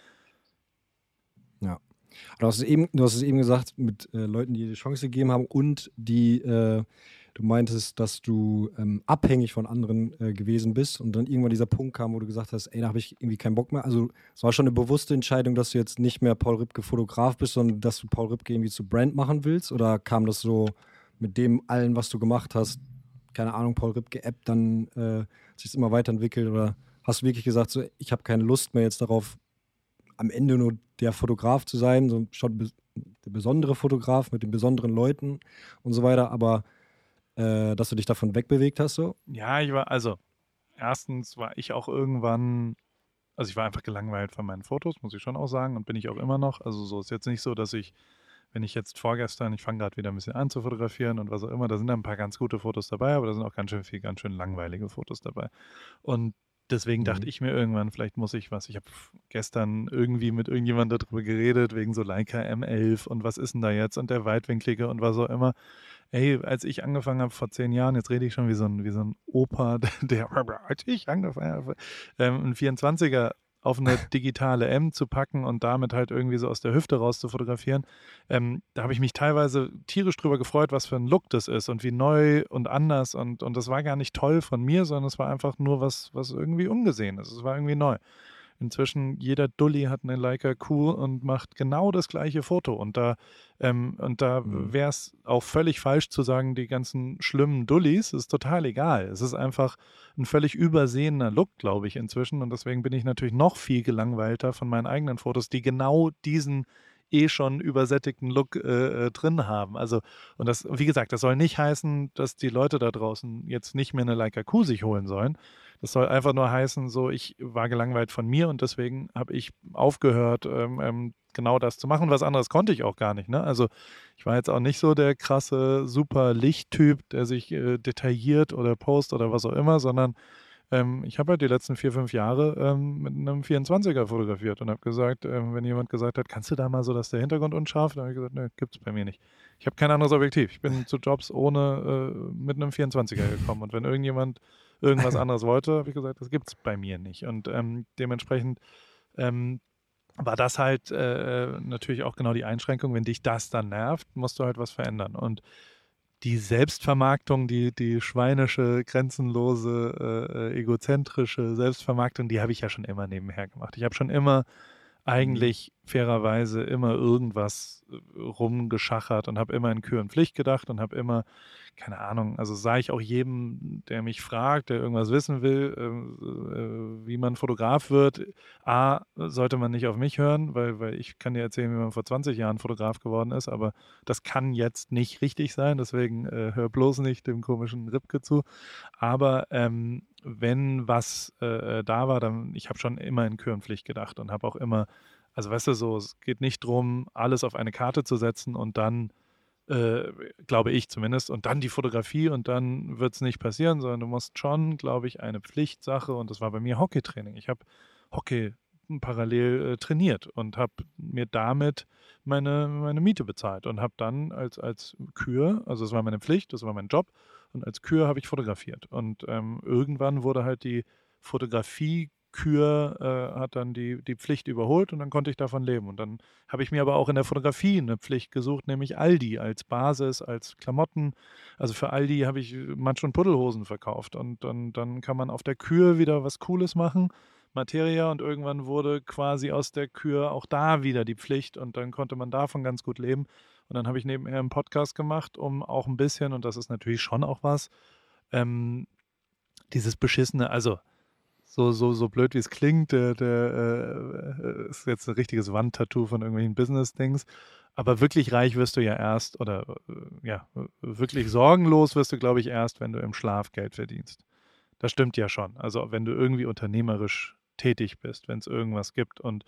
Ja. Du hast es eben, du hast es eben gesagt, mit äh, Leuten, die dir die Chance gegeben haben und die, äh, du meintest, dass du ähm, abhängig von anderen äh, gewesen bist und dann irgendwann dieser Punkt kam, wo du gesagt hast, ey, da habe ich irgendwie keinen Bock mehr. Also es war schon eine bewusste Entscheidung, dass du jetzt nicht mehr Paul Ripke Fotograf bist, sondern dass du Paul Ripke irgendwie zu Brand machen willst? Oder kam das so mit dem allen, was du gemacht hast, keine Ahnung, Paul Ripke App, dann äh, hat sich das immer weiterentwickelt? Oder hast du wirklich gesagt, so, ich habe keine Lust mehr jetzt darauf, am Ende nur der Fotograf zu sein, so schon be- der besondere Fotograf mit den besonderen Leuten und so weiter, aber äh, dass du dich davon wegbewegt hast, so? Ja, ich war, also erstens war ich auch irgendwann, also ich war einfach gelangweilt von meinen Fotos, muss ich schon auch sagen, und bin ich auch immer noch. Also so ist jetzt nicht so, dass ich, wenn ich jetzt vorgestern, ich fange gerade wieder ein bisschen an zu fotografieren und was auch immer, da sind ein paar ganz gute Fotos dabei, aber da sind auch ganz schön viel, ganz schön langweilige Fotos dabei. Und deswegen Mhm. dachte ich mir irgendwann, vielleicht muss ich was. Ich habe gestern irgendwie mit irgendjemandem darüber geredet, wegen so Leica M elf und was ist denn da jetzt und der Weitwinklige und was auch immer. Ey, als ich angefangen habe vor zehn Jahren, jetzt rede ich schon wie so ein, wie so ein Opa, der, als ich angefangen habe, ähm, einen vierundzwanziger auf eine digitale M zu packen und damit halt irgendwie so aus der Hüfte raus zu fotografieren. Ähm, da habe ich mich teilweise tierisch drüber gefreut, was für ein Look das ist und wie neu und anders und, und das war gar nicht toll von mir, sondern es war einfach nur was, was irgendwie ungesehen ist. Es war irgendwie neu. Inzwischen, jeder Dulli hat eine Leica Q und macht genau das gleiche Foto. Und da, ähm, und da Mhm. wäre es auch völlig falsch zu sagen, die ganzen schlimmen Dullis, ist total egal. Es ist einfach ein völlig übersehener Look, glaube ich, inzwischen. Und deswegen bin ich natürlich noch viel gelangweilter von meinen eigenen Fotos, die genau diesen eh schon übersättigten Look äh, äh, drin haben. Also, und das, wie gesagt, das soll nicht heißen, dass die Leute da draußen jetzt nicht mehr eine Leica Q sich holen sollen. Das soll einfach nur heißen, so, ich war gelangweilt von mir und deswegen habe ich aufgehört, ähm, ähm, genau das zu machen. Was anderes konnte ich auch gar nicht. Ne? Also ich war jetzt auch nicht so der krasse, super Lichttyp, der sich äh, detailliert oder post oder was auch immer, sondern ähm, ich habe halt die letzten vier, fünf Jahre ähm, mit einem vierundzwanziger fotografiert und habe gesagt, ähm, wenn jemand gesagt hat, kannst du da mal so, dass der Hintergrund unscharf? Dann habe ich gesagt, nö, gibt's bei mir nicht. Ich habe kein anderes Objektiv. Ich bin zu Jobs ohne äh, mit einem vierundzwanziger gekommen und wenn irgendjemand irgendwas anderes wollte, habe ich gesagt, das gibt's bei mir nicht. Und ähm, dementsprechend ähm, war das halt äh, natürlich auch genau die Einschränkung. Wenn dich das dann nervt, musst du halt was verändern. Und die Selbstvermarktung, die, die schweinische, grenzenlose, äh, egozentrische Selbstvermarktung, die habe ich ja schon immer nebenher gemacht. Ich habe schon immer eigentlich fairerweise immer irgendwas rumgeschachert und habe immer in Kür und Pflicht gedacht und habe immer, keine Ahnung, also sage ich auch jedem, der mich fragt, der irgendwas wissen will, äh, äh, wie man Fotograf wird, A, sollte man nicht auf mich hören, weil, weil ich kann dir erzählen, wie man vor zwanzig Jahren Fotograf geworden ist, aber das kann jetzt nicht richtig sein, deswegen äh, hör bloß nicht dem komischen Ripke zu. Aber ähm, wenn was äh, da war, dann, ich habe schon immer in Kür und Pflicht gedacht und habe auch immer, also weißt du so, es geht nicht darum, alles auf eine Karte zu setzen und dann, äh, glaube ich zumindest, und dann die Fotografie und dann wird es nicht passieren, sondern du musst schon, glaube ich, eine Pflichtsache und das war bei mir Hockeytraining. Ich habe Hockey parallel äh, trainiert und habe mir damit meine, meine Miete bezahlt und habe dann als, als Kür, also das war meine Pflicht, das war mein Job, und als Kür habe ich fotografiert. Und ähm, irgendwann wurde halt die Fotografie Kür äh, hat dann die, die Pflicht überholt und dann konnte ich davon leben. Und dann habe ich mir aber auch in der Fotografie eine Pflicht gesucht, nämlich Aldi als Basis, als Klamotten. Also für Aldi habe ich Matsch- und Puddelhosen verkauft. Und dann, dann kann man auf der Kür wieder was Cooles machen, Materia. Und irgendwann wurde quasi aus der Kür auch da wieder die Pflicht und dann konnte man davon ganz gut leben. Und dann habe ich nebenher einen Podcast gemacht, um auch ein bisschen, und das ist natürlich schon auch was, ähm, dieses beschissene, also So, so, so blöd wie es klingt, der, der äh, ist jetzt ein richtiges Wandtattoo von irgendwelchen Business-Dings. Aber wirklich reich wirst du ja erst, oder äh, ja, wirklich sorgenlos wirst du, glaube ich, erst, wenn du im Schlaf Geld verdienst. Das stimmt ja schon. Also wenn du irgendwie unternehmerisch tätig bist, wenn es irgendwas gibt. Und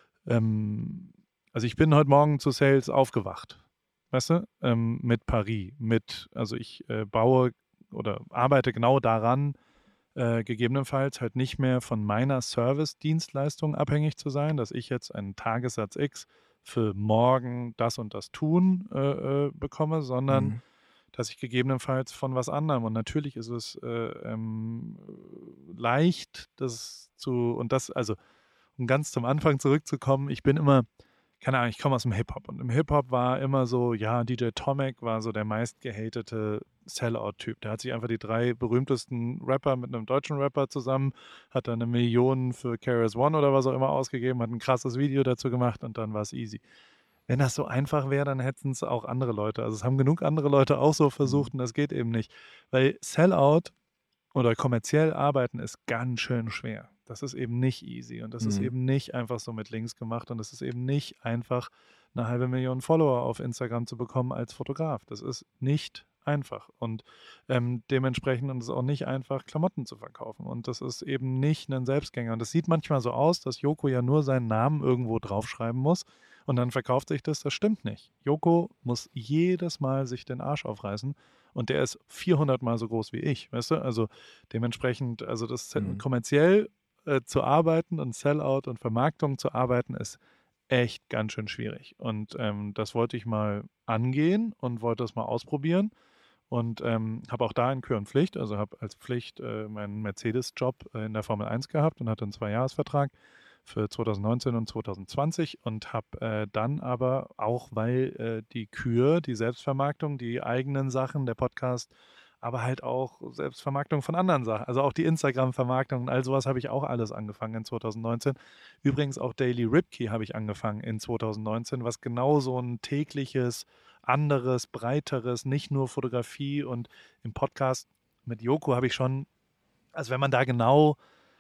ähm, also ich bin heute Morgen zu Sales aufgewacht, weißt du, ähm, mit Paris, mit, also ich äh, baue oder arbeite genau daran, äh, gegebenenfalls halt nicht mehr von meiner Service-Dienstleistung abhängig zu sein, dass ich jetzt einen Tagessatz X für morgen das und das tun äh, äh, bekomme, sondern Mhm. dass ich gegebenenfalls von was anderem, und natürlich ist es äh, ähm, leicht, das zu, und das, also um ganz zum Anfang zurückzukommen, ich bin immer, keine Ahnung, ich komme aus dem Hip-Hop und im Hip-Hop war immer so, ja, D J Tomek war so der meist gehatete Sellout-Typ. Der hat sich einfach die drei berühmtesten Rapper mit einem deutschen Rapper zusammen, hat dann eine Million für K R S One oder was auch immer ausgegeben, hat ein krasses Video dazu gemacht und dann war es easy. Wenn das so einfach wäre, dann hätten es auch andere Leute. Also es haben genug andere Leute auch so versucht und das geht eben nicht. Weil Sellout oder kommerziell arbeiten ist ganz schön schwer. Das ist eben nicht easy und das ist Mhm. eben nicht einfach so mit Links gemacht und das ist eben nicht einfach, eine halbe Million Follower auf Instagram zu bekommen als Fotograf. Das ist nicht einfach und ähm, dementsprechend ist es auch nicht einfach, Klamotten zu verkaufen und das ist eben nicht ein Selbstgänger. Und das sieht manchmal so aus, dass Joko ja nur seinen Namen irgendwo draufschreiben muss und dann verkauft sich das. Das stimmt nicht. Joko muss jedes Mal sich den Arsch aufreißen und der ist vierhundert Mal so groß wie ich, weißt du? Also dementsprechend, also das Mhm. kommerziell äh, zu arbeiten und Sellout und Vermarktung zu arbeiten, ist echt ganz schön schwierig. Und ähm, das wollte ich mal angehen und wollte das mal ausprobieren. Und ähm, habe auch da in Kür und Pflicht, also habe als Pflicht äh, meinen Mercedes-Job äh, in der Formel eins gehabt und hatte einen Zweijahresvertrag für zwanzig neunzehn und zwanzig zwanzig und habe äh, dann aber auch, weil äh, die Kür, die Selbstvermarktung, die eigenen Sachen, der Podcast, aber halt auch Selbstvermarktung von anderen Sachen, also auch die Instagram-Vermarktung und all sowas habe ich auch alles angefangen in zwanzig neunzehn. Übrigens auch Daily Ripkey habe ich angefangen in zwanzig neunzehn, was genau so ein tägliches, anderes, breiteres, nicht nur Fotografie, und im Podcast mit Joko habe ich schon, also wenn man da genau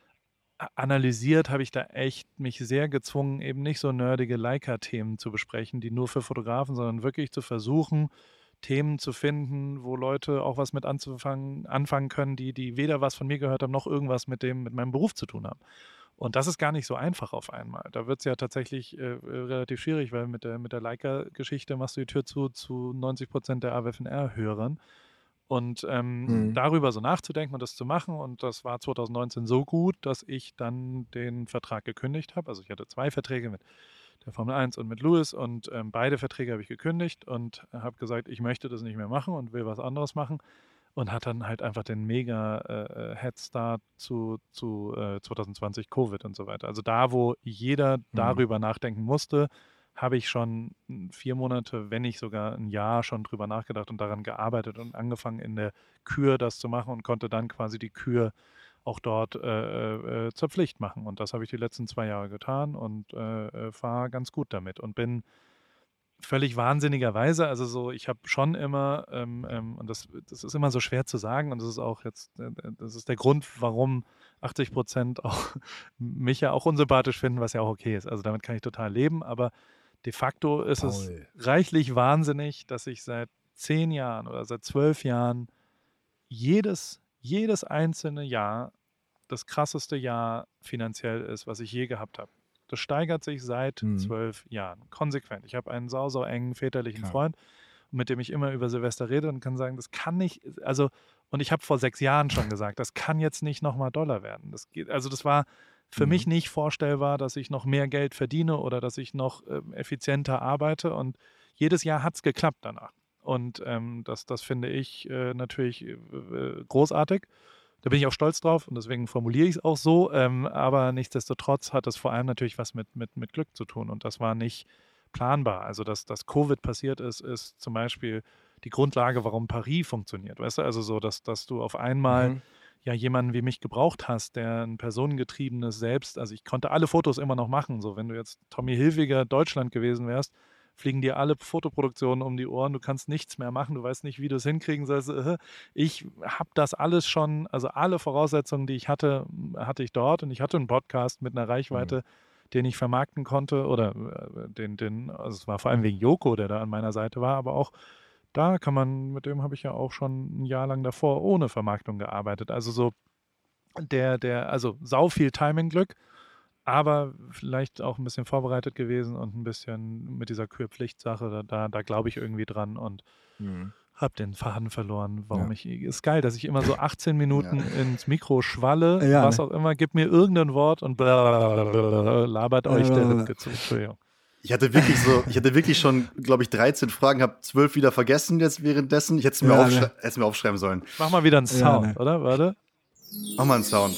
analysiert, habe ich da echt mich sehr gezwungen, eben nicht so nerdige Leica-Themen zu besprechen, die nur für Fotografen, sondern wirklich zu versuchen, Themen zu finden, wo Leute auch was mit anzufangen, anfangen können, die, die weder was von mir gehört haben, noch irgendwas mit dem, mit meinem Beruf zu tun haben. Und das ist gar nicht so einfach auf einmal. Da wird es ja tatsächlich äh, relativ schwierig, weil mit der, mit der Leica-Geschichte machst du die Tür zu, zu neunzig Prozent der A W F N R-Hörern. Und ähm, Mhm. darüber so nachzudenken und das zu machen. Und das war zwanzig neunzehn so gut, dass ich dann den Vertrag gekündigt habe. Also ich hatte zwei Verträge mit der Formel eins und mit Lewis und ähm, beide Verträge habe ich gekündigt und habe gesagt, ich möchte das nicht mehr machen und will was anderes machen. Und hat dann halt einfach den mega äh, Headstart zu, zu äh, zwanzig zwanzig Covid und so weiter. Also da, wo jeder Mhm. darüber nachdenken musste, habe ich schon vier Monate, wenn nicht sogar ein Jahr schon drüber nachgedacht und daran gearbeitet und angefangen in der Kür das zu machen und konnte dann quasi die Kür auch dort äh, äh, zur Pflicht machen. Und das habe ich die letzten zwei Jahre getan und äh, äh, fahre ganz gut damit und bin völlig wahnsinnigerweise, also so, ich habe schon immer, ähm, ähm, und das, das ist immer so schwer zu sagen und das ist auch jetzt, äh, das ist der Grund, warum achtzig Prozent auch mich ja auch unsympathisch finden, was ja auch okay ist. Also damit kann ich total leben, aber de facto ist es Paul. reichlich wahnsinnig, dass ich seit zehn Jahren oder seit zwölf Jahren jedes, jedes einzelne Jahr das krasseste Jahr finanziell ist, was ich je gehabt habe. Das steigert sich seit Mhm. zwölf Jahren. Konsequent. Ich habe einen sau, sau engen väterlichen Klar. Freund, mit dem ich immer über Silvester rede und kann sagen, das kann nicht, also, und ich habe vor sechs Jahren schon gesagt, das kann jetzt nicht nochmal Dollar werden. Das geht, also das war, für Mhm. mich nicht vorstellbar, dass ich noch mehr Geld verdiene oder dass ich noch ähm, effizienter arbeite. Und jedes Jahr hat es geklappt danach. Und ähm, das, das finde ich äh, natürlich äh, großartig. Da bin ich auch stolz drauf und deswegen formuliere ich es auch so. Ähm, aber nichtsdestotrotz hat es vor allem natürlich was mit, mit, mit Glück zu tun. Und das war nicht planbar. Also, dass, dass Covid passiert ist, ist zum Beispiel die Grundlage, warum Paris funktioniert. Weißt du, also so, dass, dass du auf einmal Mhm. ja jemanden wie mich gebraucht hast, der ein personengetriebenes Selbst, also ich konnte alle Fotos immer noch machen. So, wenn du jetzt Tommy Hilfiger Deutschland gewesen wärst, fliegen dir alle Fotoproduktionen um die Ohren, du kannst nichts mehr machen, du weißt nicht, wie du es hinkriegen sollst. Äh, Ich habe das alles schon, also alle Voraussetzungen, die ich hatte, hatte ich dort und ich hatte einen Podcast mit einer Reichweite, den ich vermarkten konnte oder äh, den, den, also es war vor allem wegen Joko, der da an meiner Seite war, aber auch da kann man, mit dem habe ich ja auch schon ein Jahr lang davor ohne Vermarktung gearbeitet. Also so der, der, also sau viel Timing-Glück, aber vielleicht auch ein bisschen vorbereitet gewesen und ein bisschen mit dieser Kür-Pflicht-Sache, da, da, da glaube ich irgendwie dran und Mhm. habe den Faden verloren. Warum Ja. ich, ist geil, dass ich immer so achtzehn Minuten Ja. ins Mikro schwalle, Ja, was ne? auch immer, gib mir irgendein Wort und blablabla, labert euch der Ripke zu. Entschuldigung. Ich hatte wirklich so, ich hatte wirklich schon, glaube ich, dreizehn Fragen, habe zwölf wieder vergessen jetzt währenddessen. Ich hätte es mir, Ja, aufschrei ne? hätte es mir aufschreiben sollen. Mach mal wieder einen Ja, Sound, ne? oder? Warte. Mach mal einen Sound.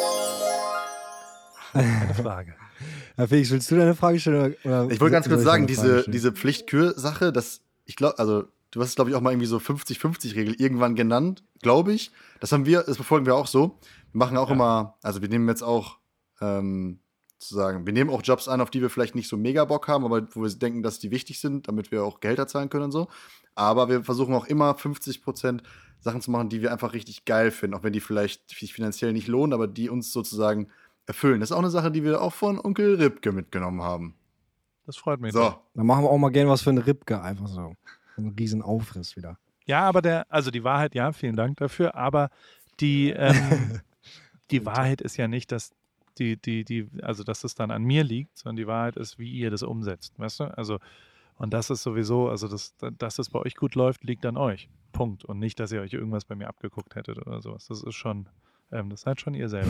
Eine Frage. Ja, Felix, willst du deine Frage stellen? Oder, oder Ich wollte ganz soll kurz ich sagen, meine Frage diese, stellen? diese Pflicht-Kür-Sache, das, ich glaube, also, du hast es, glaube ich, auch mal irgendwie so fünfzig fünfzig Regel irgendwann genannt, glaube ich. Das haben wir, das verfolgen wir auch so. Wir machen auch Ja. immer, also wir nehmen jetzt auch, ähm, zu sagen, wir nehmen auch Jobs an, auf die wir vielleicht nicht so mega Bock haben, aber wo wir denken, dass die wichtig sind, damit wir auch Gehälter zahlen können und so. Aber wir versuchen auch immer fünfzig Prozent Sachen zu machen, die wir einfach richtig geil finden, auch wenn die vielleicht sich finanziell nicht lohnen, aber die uns sozusagen erfüllen. Das ist auch eine Sache, die wir auch von Onkel Ripke mitgenommen haben. Das freut mich. So. doch. Dann machen wir auch mal gerne was für eine Ripke, einfach so. Ein riesen Aufriss wieder. Ja, aber der, also die Wahrheit, ja, vielen Dank dafür, aber die, ähm, die Wahrheit ist ja nicht, dass die, die, die, also dass es dann an mir liegt, sondern die Wahrheit ist, wie ihr das umsetzt, weißt du? Also, und das ist sowieso, also das, dass es bei euch gut läuft, liegt an euch. Punkt. Und nicht, dass ihr euch irgendwas bei mir abgeguckt hättet oder sowas. Das ist schon, ähm, das seid schon ihr selber.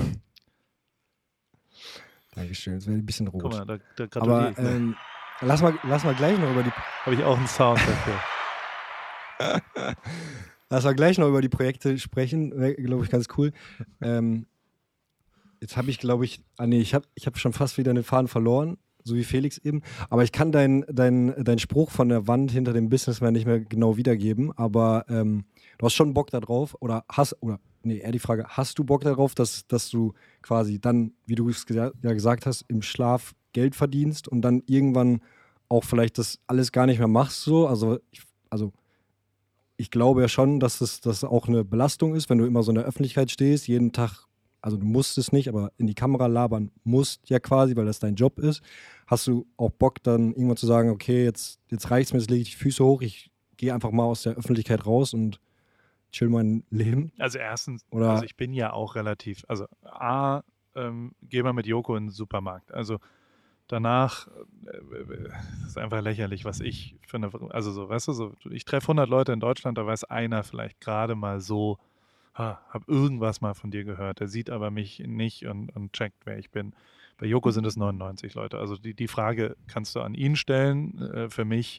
Dankeschön, jetzt werde ich ein bisschen rot. Guck mal, da, da gratuliere Aber ich. Ne? ähm, lass, mal, lass mal gleich noch über die Habe ich auch einen Sound dafür. Lass mal gleich noch über die Projekte sprechen, glaube ich, ganz cool. Ähm, jetzt habe ich, glaube ich, ah nee, ich habe ich hab schon fast wieder den Faden verloren, so wie Felix eben. Aber ich kann deinen dein, dein Spruch von der Wand hinter dem Businessman nicht mehr genau wiedergeben. Aber ähm, du hast schon Bock darauf oder hast, oder nee, eher die Frage, hast du Bock darauf, dass, dass du quasi dann, wie du es gesa- ja gesagt hast, im Schlaf Geld verdienst und dann irgendwann auch vielleicht das alles gar nicht mehr machst so? Also, ich, also ich glaube ja schon, dass es das auch eine Belastung ist, wenn du immer so in der Öffentlichkeit stehst, jeden Tag, also du musst es nicht, aber in die Kamera labern musst ja quasi, weil das dein Job ist. Hast du auch Bock dann irgendwann zu sagen, okay, jetzt, jetzt reicht's mir, jetzt lege ich die Füße hoch, ich gehe einfach mal aus der Öffentlichkeit raus und chill mein Leben? Also erstens, Oder- also ich bin ja auch relativ, also A, ähm, geh mal mit Joko in den Supermarkt. Also danach äh, das ist einfach lächerlich, was ich für eine, also so, weißt du, so, ich treffe hundert Leute in Deutschland, da weiß einer vielleicht gerade mal so, ha, hab irgendwas mal von dir gehört, der sieht aber mich nicht und, und checkt, wer ich bin. Bei Joko sind es neunundneunzig Leute. Also die, die Frage kannst du an ihn stellen. Äh, für mich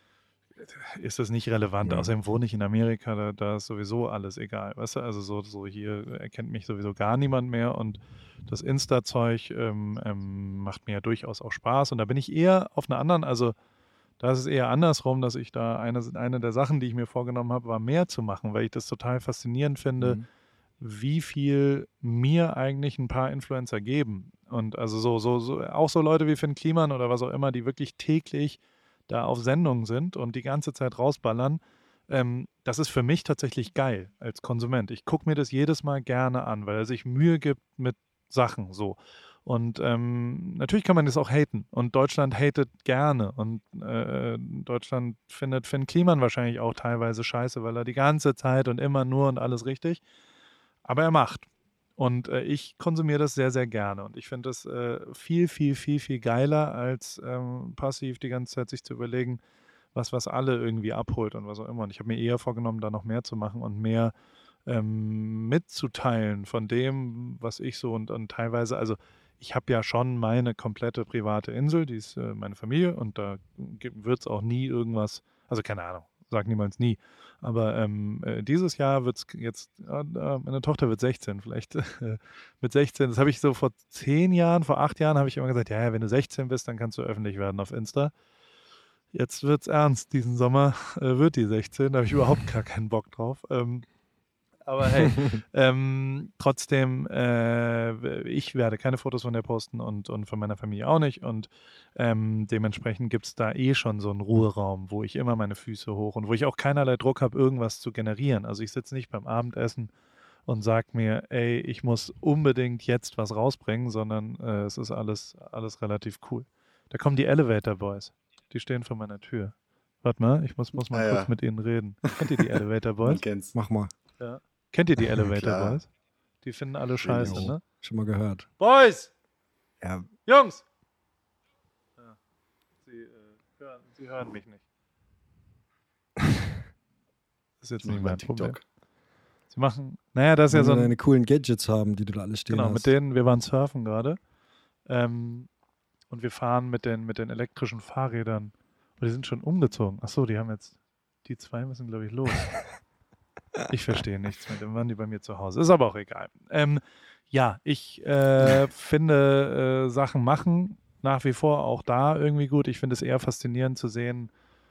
ist das nicht relevant. Ja. Außerdem wohne ich in Amerika, da, da ist sowieso alles egal. Weißt du, also so, so hier erkennt mich sowieso gar niemand mehr und das Insta-Zeug ähm, ähm, macht mir ja durchaus auch Spaß und da bin ich eher auf einer anderen, also da ist es eher andersrum, dass ich da eine, eine der Sachen, die ich mir vorgenommen habe, war mehr zu machen, weil ich das total faszinierend finde, Mhm. wie viel mir eigentlich ein paar Influencer geben. Und also so, so, so, auch so Leute wie Finn Kliman oder was auch immer, die wirklich täglich da auf Sendung sind und die ganze Zeit rausballern. Ähm, das ist für mich tatsächlich geil als Konsument. Ich gucke mir das jedes Mal gerne an, weil er sich Mühe gibt mit Sachen so. Und ähm, natürlich kann man das auch haten. Und Deutschland hatet gerne. Und äh, Deutschland findet Finn Kliman wahrscheinlich auch teilweise scheiße, weil er die ganze Zeit und immer nur und alles richtig. Aber er macht. Und äh, ich konsumiere das sehr, sehr gerne. Und ich finde das äh, viel, viel, viel, viel geiler, als ähm, passiv die ganze Zeit sich zu überlegen, was, was alle irgendwie abholt und was auch immer. Und ich habe mir eher vorgenommen, da noch mehr zu machen und mehr ähm, mitzuteilen von dem, was ich so und, und teilweise, also ich habe ja schon meine komplette private Insel, die ist äh, meine Familie und da wird es auch nie irgendwas, also keine Ahnung, sag niemals nie. Aber ähm, äh, dieses Jahr wird es jetzt, äh, meine Tochter wird sechzehn, vielleicht äh, mit sechzehn, das habe ich so vor zehn Jahren, vor acht Jahren habe ich immer gesagt, ja, ja, wenn du sechzehn bist, dann kannst du öffentlich werden auf Insta. Jetzt wird's ernst, diesen Sommer äh, wird die sechzehn, da habe ich überhaupt gar keinen Bock drauf. Ähm, aber hey, ähm, trotzdem, äh, ich werde keine Fotos von der posten und, und von meiner Familie auch nicht. Und ähm, dementsprechend gibt es da eh schon so einen Ruheraum, wo ich immer meine Füße hoch und wo ich auch keinerlei Druck habe, irgendwas zu generieren. Also ich sitze nicht beim Abendessen und sage mir, ey, ich muss unbedingt jetzt was rausbringen, sondern äh, es ist alles, alles relativ cool. Da kommen die Elevator Boys. Die stehen vor meiner Tür. Warte mal, ich muss, muss mal Ah, kurz ja. mit ihnen reden. Kennt ihr die Elevator Man Boys? kennt's. Mach mal. Ja. Kennt ihr die Elevator Klar. Boys? Die finden alle scheiße, Jo. ne? Schon mal gehört. Boys! Ja, Jungs! Ja. Sie, äh, hören, sie hören mich nicht. Das ist jetzt Ich mach nicht mal mein Problem. TikTok. Sie machen, naja, das ist ja wenn so wir ein, deine coolen Gadgets haben, die du da alle stehen genau, hast. mit denen, wir waren surfen gerade. Ähm, und wir fahren mit den, mit den elektrischen Fahrrädern. Und die sind schon umgezogen. Achso, die haben jetzt, die zwei müssen, glaube ich, los. Ich verstehe nichts mit dem, waren die bei mir zu Hause. Ist aber auch egal. Ähm, ja, ich äh, finde äh, Sachen machen nach wie vor auch da irgendwie gut. Ich finde es eher faszinierend zu sehen,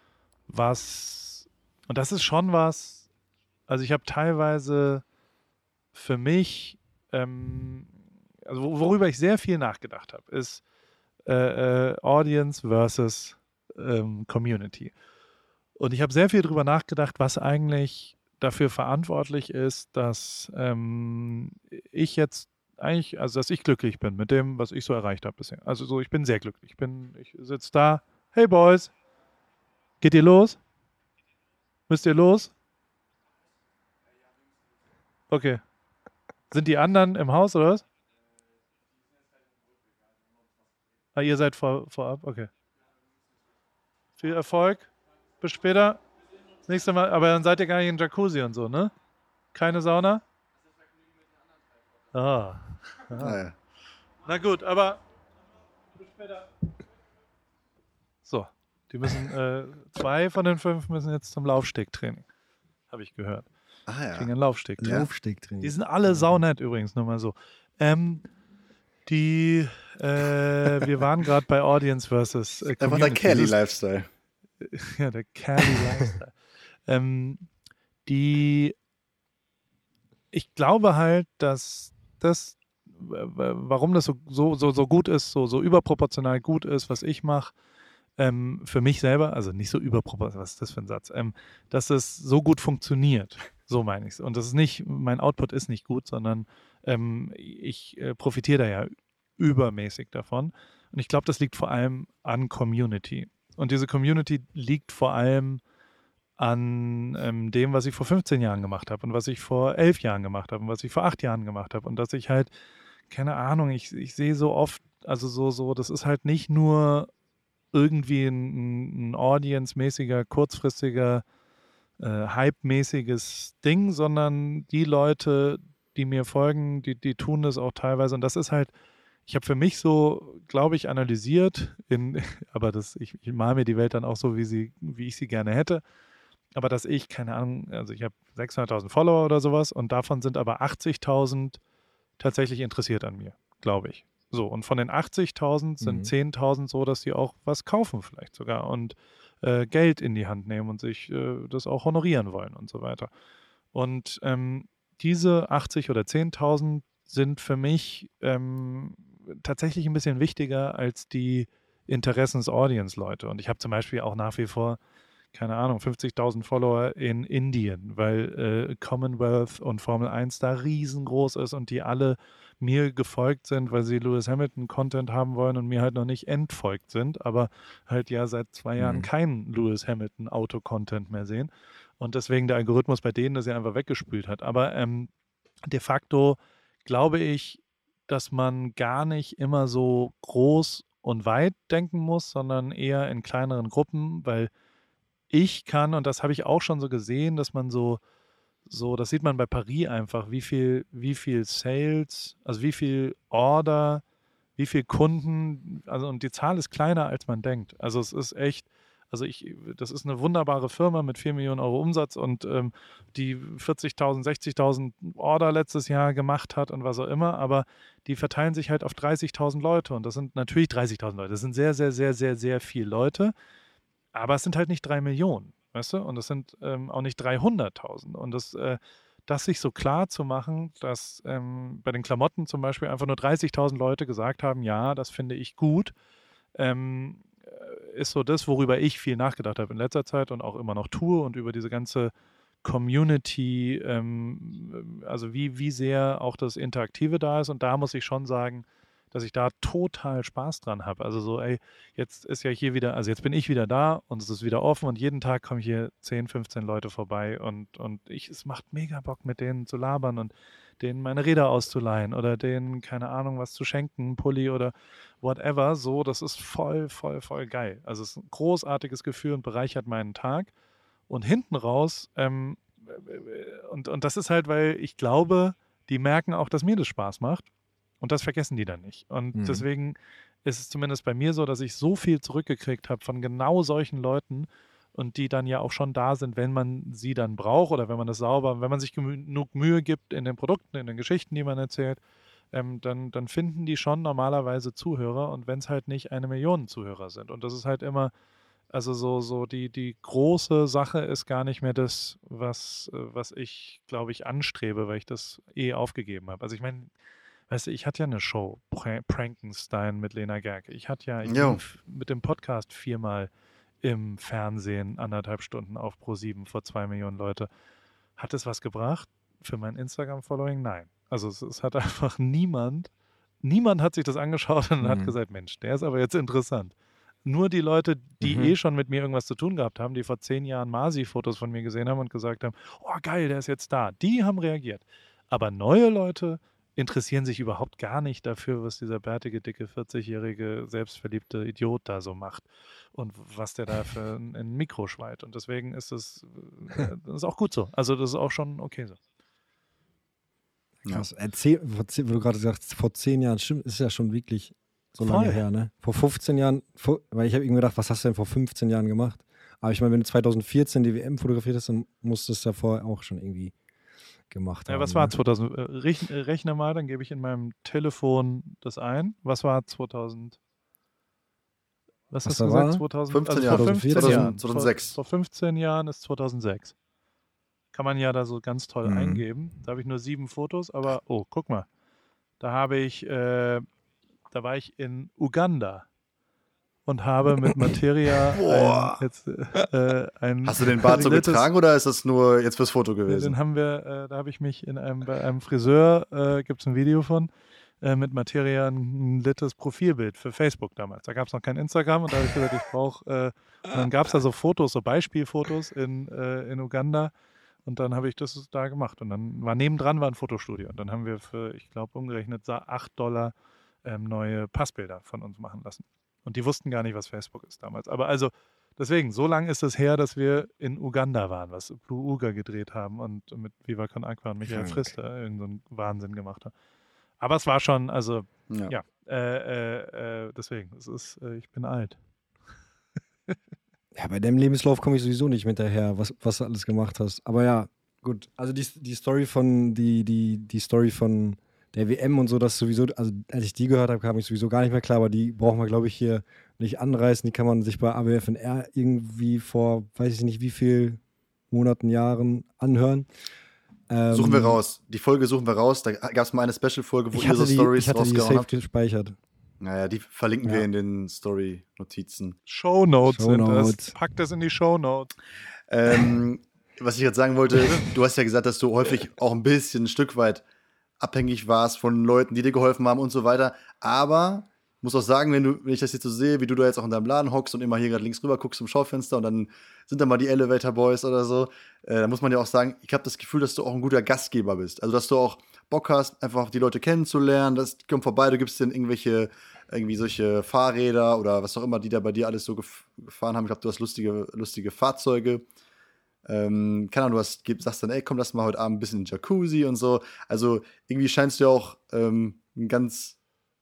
was, und das ist schon was, also ich habe teilweise für mich, ähm, also worüber ich sehr viel nachgedacht habe, ist äh, äh, Audience versus ähm, Community. Und ich habe sehr viel darüber nachgedacht, was eigentlich dafür verantwortlich ist, dass ähm, ich jetzt eigentlich, also dass ich glücklich bin mit dem, was ich so erreicht habe bisher. Also so, ich bin sehr glücklich. Ich bin, ich sitze da, hey Boys, geht ihr los? Müsst ihr los? Okay. Sind die anderen im Haus oder was? Ah, ihr seid vor, vorab? Okay. Viel Erfolg. Bis später. Das nächste Mal, aber dann seid ihr gar nicht in Jacuzzi und so, ne? Keine Sauna? Ah. Ah, ja. Na gut, aber bis später. So, die müssen, äh, zwei von den fünf müssen jetzt zum Laufstegtraining. Habe ich gehört. Ah, Kriegen ja. ein Laufstegtraining. Laufstegtraining. Die sind alle saunett übrigens, nur mal so. Ähm, die, äh, wir waren gerade bei Audience versus äh, Einfach der Community. Das ist- Kelly-Lifestyle. Ja, der Kelly Lifestyle. ähm, die, ich glaube halt, dass das, w- w- warum das so, so, so, so gut ist, so, so überproportional gut ist, was ich mache, ähm, für mich selber, also nicht so überproportional, was ist das für ein Satz, ähm, dass es so gut funktioniert. So meine ich es. Und das ist nicht, mein Output ist nicht gut, sondern ähm, ich äh, profitiere da ja übermäßig davon. Und ich glaube, das liegt vor allem an Community. Und diese Community liegt vor allem an ähm, dem, was ich vor fünfzehn Jahren gemacht habe und was ich vor elf Jahren gemacht habe und was ich vor acht Jahren gemacht habe. Und dass ich halt, keine Ahnung, ich, ich sehe so oft, also so, so, das ist halt nicht nur irgendwie ein, ein audience-mäßiger, kurzfristiger, äh, hype-mäßiges Ding, sondern die Leute, die mir folgen, die, die tun das auch teilweise. Und das ist halt, ich habe für mich so, glaube ich, analysiert, in, aber das, ich, ich male mir die Welt dann auch so, wie, sie, wie ich sie gerne hätte. Aber dass ich, keine Ahnung, also ich habe sechshunderttausend Follower oder sowas und davon sind aber achtzigtausend tatsächlich interessiert an mir, glaube ich. So, und von den achtzigtausend sind Mhm. zehntausend so, dass die auch was kaufen vielleicht sogar und äh, Geld in die Hand nehmen und sich äh, das auch honorieren wollen und so weiter. Und ähm, diese achtzig oder zehntausend sind für mich ähm, tatsächlich ein bisschen wichtiger als die Interessens-Audience-Leute. Und ich habe zum Beispiel auch nach wie vor, keine Ahnung, fünfzigtausend Follower in Indien, weil äh, Commonwealth und Formel eins da riesengroß ist und die alle mir gefolgt sind, weil sie Lewis Hamilton Content haben wollen und mir halt noch nicht entfolgt sind, aber halt ja seit zwei Jahren Mhm. keinen Lewis Hamilton Auto Content mehr sehen und deswegen der Algorithmus bei denen das ja einfach weggespült hat. Aber ähm, de facto glaube ich, dass man gar nicht immer so groß und weit denken muss, sondern eher in kleineren Gruppen, weil ich kann, und das habe ich auch schon so gesehen, dass man so, so, das sieht man bei Paris einfach, wie viel, wie viel Sales, also wie viel Order, wie wie viele Kunden, also und die Zahl ist kleiner, als man denkt. Also es ist echt, also ich, das ist eine wunderbare Firma mit vier Millionen Euro Umsatz und ähm, die vierzigtausend, sechzigtausend Order letztes Jahr gemacht hat und was auch immer, aber die verteilen sich halt auf dreißigtausend Leute und das sind natürlich dreißigtausend Leute. Das sind sehr, sehr, sehr, sehr, sehr viele Leute, aber es sind halt nicht drei Millionen, weißt du? Und es sind ähm, auch nicht dreihunderttausend. Und das, äh, das sich so klar zu machen, dass ähm, bei den Klamotten zum Beispiel einfach nur dreißigtausend Leute gesagt haben, ja, das finde ich gut, ähm, ist so das, worüber ich viel nachgedacht habe in letzter Zeit und auch immer noch tue und über diese ganze Community, ähm, also wie, wie sehr auch das Interaktive da ist. Und da muss ich schon sagen, dass ich da total Spaß dran habe. Also so, ey, jetzt ist ja hier wieder, also jetzt bin ich wieder da und es ist wieder offen und jeden Tag kommen hier zehn, fünfzehn Leute vorbei und, und ich, es macht mega Bock, mit denen zu labern und denen meine Räder auszuleihen oder denen, keine Ahnung, was zu schenken, einen Pulli oder whatever. So, das ist voll, voll, voll geil. Also es ist ein großartiges Gefühl und bereichert meinen Tag. Und hinten raus, ähm, und, und das ist halt, weil ich glaube, die merken auch, dass mir das Spaß macht. Und das vergessen die dann nicht. Und mhm. deswegen ist es zumindest bei mir so, dass ich so viel zurückgekriegt habe von genau solchen Leuten und die dann ja auch schon da sind, wenn man sie dann braucht oder wenn man das sauber, wenn man sich genug Mühe gibt in den Produkten, in den Geschichten, die man erzählt, ähm, dann, dann finden die schon normalerweise Zuhörer und wenn es halt nicht eine Million Zuhörer sind. Und das ist halt immer, also so, so die, die große Sache ist gar nicht mehr das, was, was ich, glaube ich, anstrebe, weil ich das eh aufgegeben habe. Also ich meine, weißt du, ich hatte ja eine Show, Pr- Prankenstein mit Lena Gerke. Ich hatte ja ich bin f- mit dem Podcast viermal im Fernsehen anderthalb Stunden auf ProSieben vor zwei Millionen Leute. Hat es was gebracht für mein Instagram-Following? Nein. Also es, es hat einfach niemand, niemand hat sich das angeschaut und mhm. hat gesagt, Mensch, der ist aber jetzt interessant. Nur die Leute, die mhm. eh schon mit mir irgendwas zu tun gehabt haben, die vor zehn Jahren Masi-Fotos von mir gesehen haben und gesagt haben, oh geil, der ist jetzt da. Die haben reagiert. Aber neue Leute interessieren sich überhaupt gar nicht dafür, was dieser bärtige, dicke, vierzigjährige, selbstverliebte Idiot da so macht und was der da für ein, ein Mikro schweißt. Und deswegen ist es äh, das ist auch gut so. Also das ist auch schon okay so. Krass. Erzähl, wo du gerade sagst, vor zehn Jahren, stimmt, ist ja schon wirklich so lange Voll. her, ne? Vor fünfzehn Jahren, vor, weil ich habe irgendwie gedacht, was hast du denn vor fünfzehn Jahren gemacht? Aber ich meine, wenn du zweitausendvierzehn die W M fotografiert hast, dann musstest du ja vorher auch schon irgendwie gemacht haben. Ja, was war ne? zweitausend? Äh, rechne, rechne mal, dann gebe ich in meinem Telefon das ein. Was war zweitausend? Was, Was hast du da gesagt? war? zweitausend, fünfzehn also Jahre. vor fünfzehn zweitausendvierzehn? Jahren. zweitausendsechs. Vor, vor fünfzehn Jahren ist zweitausendsechs. Kann man ja da so ganz toll Mhm. eingeben. Da habe ich nur sieben Fotos, aber oh, guck mal. Da habe ich, äh, da war ich in Uganda und habe mit Materia Boah. ein, jetzt, äh, ein Hast du den Bart so nettes- getragen oder ist das nur jetzt fürs Foto Ja, gewesen? den haben wir, äh, da habe ich mich in einem, bei einem Friseur, äh, gibt es ein Video von, äh, mit Materia ein nettes Profilbild für Facebook damals. Da gab es noch kein Instagram und da habe ich gesagt, ich brauche, äh, und dann gab es da so Fotos, so Beispielfotos in, äh, in Uganda und dann habe ich das da gemacht und dann war nebendran war ein Fotostudio und dann haben wir für, ich glaube, umgerechnet acht Dollar ähm, neue Passbilder von uns machen lassen. Und die wussten gar nicht, was Facebook ist damals. Aber also, deswegen, so lange ist es her, dass wir in Uganda waren, was Blue Uga gedreht haben und mit Viva Con Aqua und Michael Krank. Frist da irgendeinen Wahnsinn gemacht haben. Aber es war schon, also, Ja. ja, äh, äh, äh, deswegen, es ist, äh, ich bin alt. Ja, bei deinem Lebenslauf komme ich sowieso nicht hinterher, was, was du alles gemacht hast. Aber ja, gut. Also die, die Story von, die, die, die Story von der W M und so, das sowieso, also als ich die gehört habe, kam ich sowieso gar nicht mehr klar, aber die brauchen wir, glaube ich, hier nicht anreißen. Die kann man sich bei A W F N R irgendwie vor, weiß ich nicht wie viel Monaten, Jahren anhören. Ähm, Suchen wir raus. Die Folge suchen wir raus. Da gab es mal eine Special-Folge, wo Ich ihr so hatte die, Stories ich hatte die rausgehauen safe habt. gespeichert. Naja, die verlinken Ja. wir in den Story-Notizen. Shownotes sind Shownotes. das. Packt das in die Shownotes. Ähm, was ich jetzt sagen wollte, du hast ja gesagt, dass du häufig auch ein bisschen ein Stück weit abhängig warst von Leuten, die dir geholfen haben und so weiter. Aber ich muss auch sagen, wenn, du, wenn ich das jetzt so sehe, wie du da jetzt auch in deinem Laden hockst und immer hier gerade links rüber guckst zum Schaufenster und dann sind da mal die Elevator Boys oder so, äh, da muss man ja auch sagen, ich habe das Gefühl, dass du auch ein guter Gastgeber bist. Also, dass du auch Bock hast, einfach die Leute kennenzulernen. Das kommt vorbei, du gibst denen irgendwelche, irgendwie solche Fahrräder oder was auch immer, die da bei dir alles so gef- gefahren haben. Ich glaube, du hast lustige, lustige Fahrzeuge. Ähm, keine Ahnung, du hast, gib- sagst dann, ey, komm, lass mal heute Abend ein bisschen in den Jacuzzi und so. Also irgendwie scheinst du ja auch ähm, ein ganz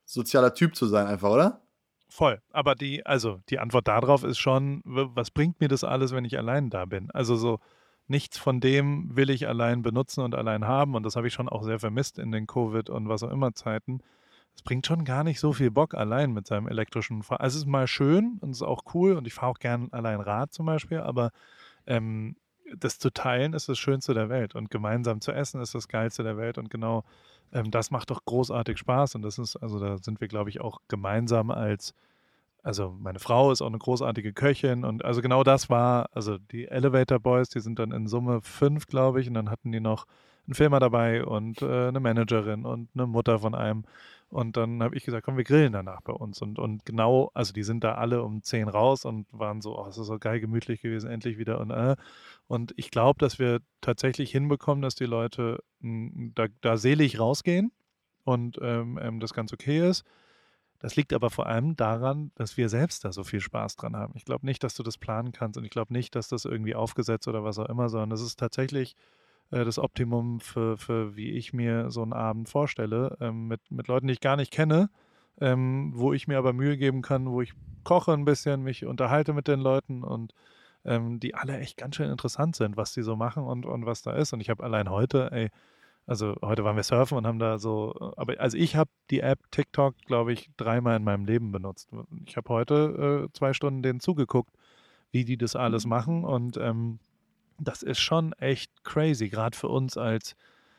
sozialer Typ zu sein, einfach, oder? Voll. Aber die, also die Antwort darauf ist schon, w- was bringt mir das alles, wenn ich allein da bin? Also so nichts von dem will ich allein benutzen und allein haben. Und das habe ich schon auch sehr vermisst in den Covid und was auch immer Zeiten. Es bringt schon gar nicht so viel Bock allein mit seinem elektrischen Fahrrad. Also es ist mal schön und es ist auch cool und ich fahre auch gern allein Rad zum Beispiel, aber ähm, das zu teilen ist das Schönste der Welt und gemeinsam zu essen ist das Geilste der Welt und genau ähm, das macht doch großartig Spaß und das ist, also da sind wir, glaube ich, auch gemeinsam als, also meine Frau ist auch eine großartige Köchin und also genau das war, also die Elevator Boys, die sind dann in Summe fünf, glaube ich, und dann hatten die noch einen Filmer dabei und äh, eine Managerin und eine Mutter von einem und dann habe ich gesagt, komm, wir grillen danach bei uns und, und genau, also die sind da alle um zehn raus und waren so, oh, es ist so geil gemütlich gewesen, endlich wieder und äh, und ich glaube, dass wir tatsächlich hinbekommen, dass die Leute mh, da, da selig rausgehen und ähm, ähm, das ganz okay ist. Das liegt aber vor allem daran, dass wir selbst da so viel Spaß dran haben. Ich glaube nicht, dass du das planen kannst und ich glaube nicht, dass das irgendwie aufgesetzt oder was auch immer, sondern das ist tatsächlich äh, das Optimum für, für, wie ich mir so einen Abend vorstelle, ähm, mit, mit Leuten, die ich gar nicht kenne, ähm, wo ich mir aber Mühe geben kann, wo ich koche ein bisschen, mich unterhalte mit den Leuten und ähm, die alle echt ganz schön interessant sind, was die so machen und, und was da ist. Und ich habe allein heute, ey, also heute waren wir surfen und haben da so, aber also ich habe die App TikTok, glaube ich, dreimal in meinem Leben benutzt. Ich habe heute äh, zwei Stunden denen zugeguckt, wie die das alles machen und ähm, das ist schon echt crazy, gerade für uns als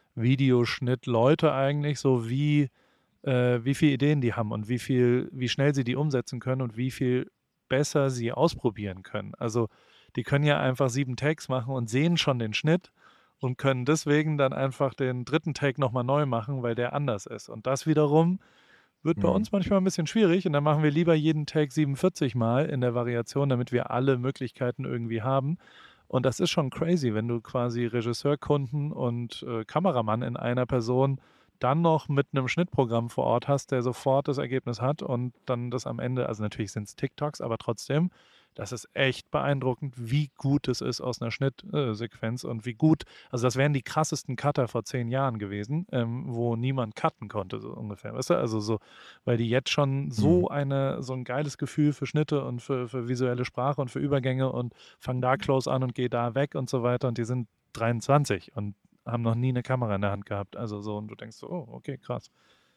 Videoschnitt-Leute eigentlich, so wie, äh, wie viele Ideen die haben und wie viel, wie schnell sie die umsetzen können und wie viel besser sie ausprobieren können. Also die können ja einfach sieben Takes machen und sehen schon den Schnitt und können deswegen dann einfach den dritten Take nochmal neu machen, weil der anders ist. Und das wiederum wird bei Mhm. uns manchmal ein bisschen schwierig und dann machen wir lieber jeden Take siebenundvierzig Mal in der Variation, damit wir alle Möglichkeiten irgendwie haben. Und das ist schon crazy, wenn du quasi Regisseur, Kunden und äh, Kameramann in einer Person dann noch mit einem Schnittprogramm vor Ort hast, der sofort das Ergebnis hat und dann das am Ende, also natürlich sind es TikToks, aber trotzdem, das ist echt beeindruckend, wie gut es ist aus einer Schnittsequenz und wie gut, also das wären die krassesten Cutter vor zehn Jahren gewesen, ähm, wo niemand cutten konnte, so ungefähr, weißt du, also so, weil die jetzt schon so Mhm. eine, so ein geiles Gefühl für Schnitte und für, für visuelle Sprache und für Übergänge und fang da close an und geh da weg und so weiter und die sind dreiundzwanzig und haben noch nie eine Kamera in der Hand gehabt, also so und du denkst so, oh, okay, krass.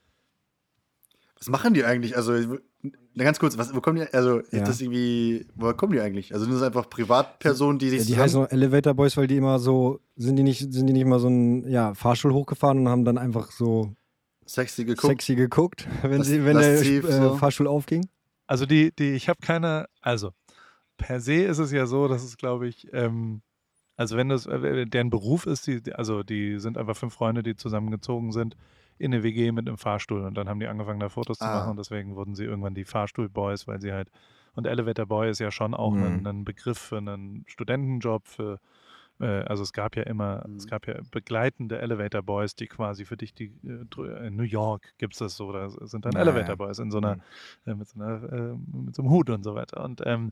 Was machen die eigentlich? Also, na, ganz kurz, was, wo kommen die, also, ist Ja. das irgendwie, woher kommen die eigentlich? Also, sind das einfach Privatpersonen, die sich Ja, die zusammen- heißen auch Elevator Boys, weil die immer so, sind die nicht, sind die nicht mal so ein ja, Fahrstuhl hochgefahren und haben dann einfach so sexy geguckt? sexy geguckt, wenn, Das- sie, wenn der lasziv, äh, so. Fahrstuhl aufging? Also die, die, ich habe keine, also per se ist es ja so, dass es, glaube ich, ähm, also wenn das, äh, deren Beruf ist, die, also die sind einfach fünf Freunde, die zusammengezogen sind in eine W G mit einem Fahrstuhl und dann haben die angefangen, da Fotos zu Ah. machen und deswegen wurden sie irgendwann die Fahrstuhl-Boys, weil sie halt, und Elevator Boy ist ja schon auch Mhm. ein, ein Begriff für einen Studentenjob, für, äh, also es gab ja immer, Mhm. es gab ja begleitende Elevator Boys, die quasi für dich, die, äh, drü- in New York gibt es das so, da sind dann Ja, Elevator ja. Boys in so einer, Mhm. äh, mit, so einer äh, mit so einem Hut und so weiter und ähm,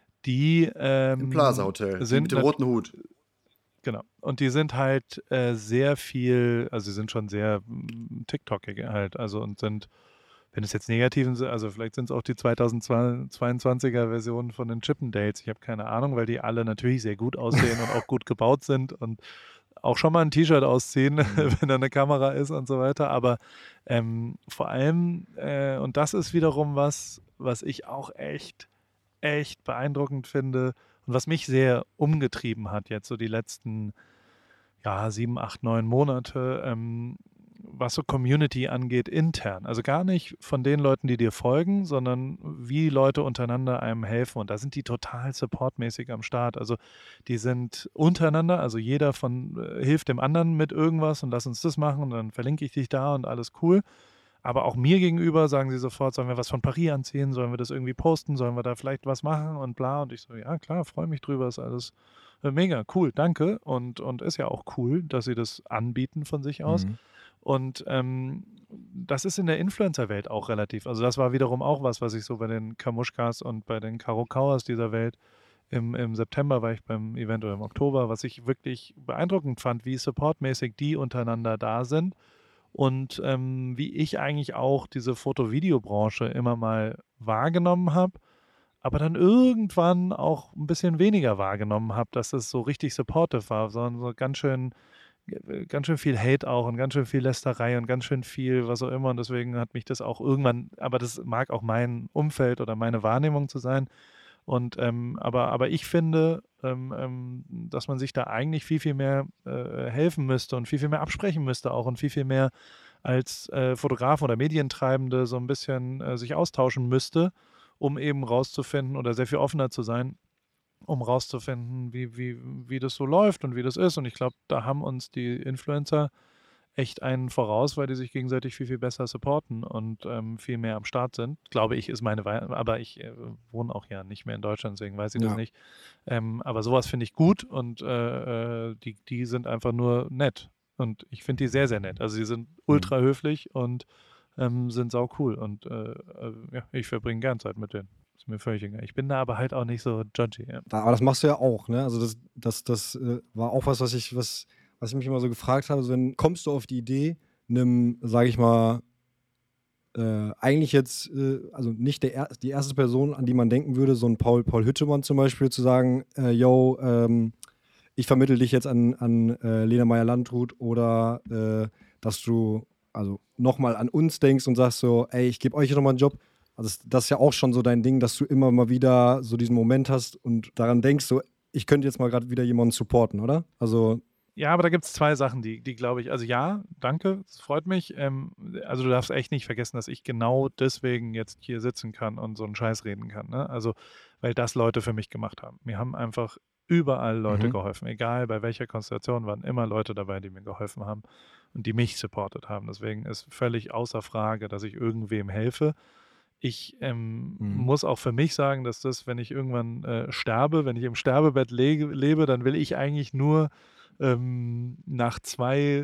die ähm, Im Plaza Hotel, die sind mit dem nat- roten Hut. Genau. Und die sind halt äh, sehr viel, also sie sind schon sehr mm, TikTokig halt, also und sind, wenn es jetzt negativen sind, also vielleicht sind es auch die zweitausendzweiundzwanziger Versionen von den Chippendales. Ich habe keine Ahnung, weil die alle natürlich sehr gut aussehen und auch gut gebaut sind und auch schon mal ein T-Shirt ausziehen, wenn da eine Kamera ist und so weiter. Aber ähm, vor allem, äh, und das ist wiederum was, was ich auch echt, echt beeindruckend finde und was mich sehr umgetrieben hat jetzt so die letzten ja, sieben, acht, neun Monate, ähm, was so Community angeht, intern. Also gar nicht von den Leuten, die dir folgen, sondern wie Leute untereinander einem helfen. Und da sind die total supportmäßig am Start. Also die sind untereinander, also jeder von äh, hilft dem anderen mit irgendwas und lass uns das machen und dann verlinke ich dich da und alles cool. Aber auch mir gegenüber sagen sie sofort, sollen wir was von Paris anziehen, sollen wir das irgendwie posten, sollen wir da vielleicht was machen und bla. Und ich so, ja klar, freue mich drüber, ist alles äh, mega, cool, danke. Und, und ist ja auch cool, dass sie das anbieten von sich aus. Mhm. Und ähm, das ist in der Influencer-Welt auch relativ. Also das war wiederum auch was, was ich so bei den Kamuschkas und bei den Karo Kauers dieser Welt im, im September war ich beim Event oder im Oktober, was ich wirklich beeindruckend fand, wie supportmäßig die untereinander da sind. und ähm, wie ich eigentlich auch diese Foto-Video-Branche immer mal wahrgenommen habe, aber dann irgendwann auch ein bisschen weniger wahrgenommen habe, dass es so richtig supportive war, sondern so ganz schön, ganz schön viel Hate auch und ganz schön viel Lästerei und ganz schön viel was auch immer. Und deswegen hat mich das auch irgendwann, aber das mag auch mein Umfeld oder meine Wahrnehmung zu sein. Und ähm, aber, aber ich finde, ähm, ähm, dass man sich da eigentlich viel, viel mehr äh, helfen müsste und viel, viel mehr absprechen müsste auch und viel, viel mehr als äh, Fotografen oder Medientreibende so ein bisschen äh, sich austauschen müsste, um eben rauszufinden oder sehr viel offener zu sein, um rauszufinden, wie, wie, wie das so läuft und wie das ist. Und ich glaube, da haben uns die Influencer echt einen voraus, weil die sich gegenseitig viel, viel besser supporten und ähm, viel mehr am Start sind. Glaube ich, ist meine Wahl. Aber ich äh, wohne auch ja nicht mehr in Deutschland, deswegen weiß ich Ja. das nicht. Ähm, aber sowas finde ich gut und äh, äh, die, die sind einfach nur nett. Und ich finde die sehr, sehr nett. Also sie sind ultra höflich und ähm, sind sau cool. Und äh, äh, ja, ich verbringe gern Zeit mit denen. Ist mir völlig egal. Ich bin da aber halt auch nicht so judgy. Ja. Da- Aber das machst du ja auch, ne? Also das, das, das äh, war auch was, was ich, was, was ich mich immer so gefragt habe. So, wenn kommst du auf die Idee, einem, sage ich mal, äh, eigentlich jetzt, äh, also nicht der er die erste Person, an die man denken würde, so ein Paul, Paul Hüttemann zum Beispiel, zu sagen, äh, yo, ähm, ich vermittle dich jetzt an, an äh, Lena Meyer-Landrut oder äh, dass du also nochmal an uns denkst und sagst so, ey, ich gebe euch nochmal einen Job. Also das, das ist ja auch schon so dein Ding, dass du immer mal wieder so diesen Moment hast und daran denkst, so, ich könnte jetzt mal gerade wieder jemanden supporten, oder? Also Ja, aber da gibt es zwei Sachen, die, die glaube ich, also ja, danke, es freut mich. Ähm, also du darfst echt nicht vergessen, dass ich genau deswegen jetzt hier sitzen kann und so einen Scheiß reden kann. Ne? Also, weil das Leute für mich gemacht haben. Mir haben einfach überall Leute Mhm. geholfen, egal bei welcher Konstellation, waren immer Leute dabei, die mir geholfen haben und die mich supportet haben. Deswegen ist völlig außer Frage, dass ich irgendwem helfe. Ich ähm, Mhm. muss auch für mich sagen, dass das, wenn ich irgendwann äh, sterbe, wenn ich im Sterbebett le lebe, dann will ich eigentlich nur ähm, nach zwei äh,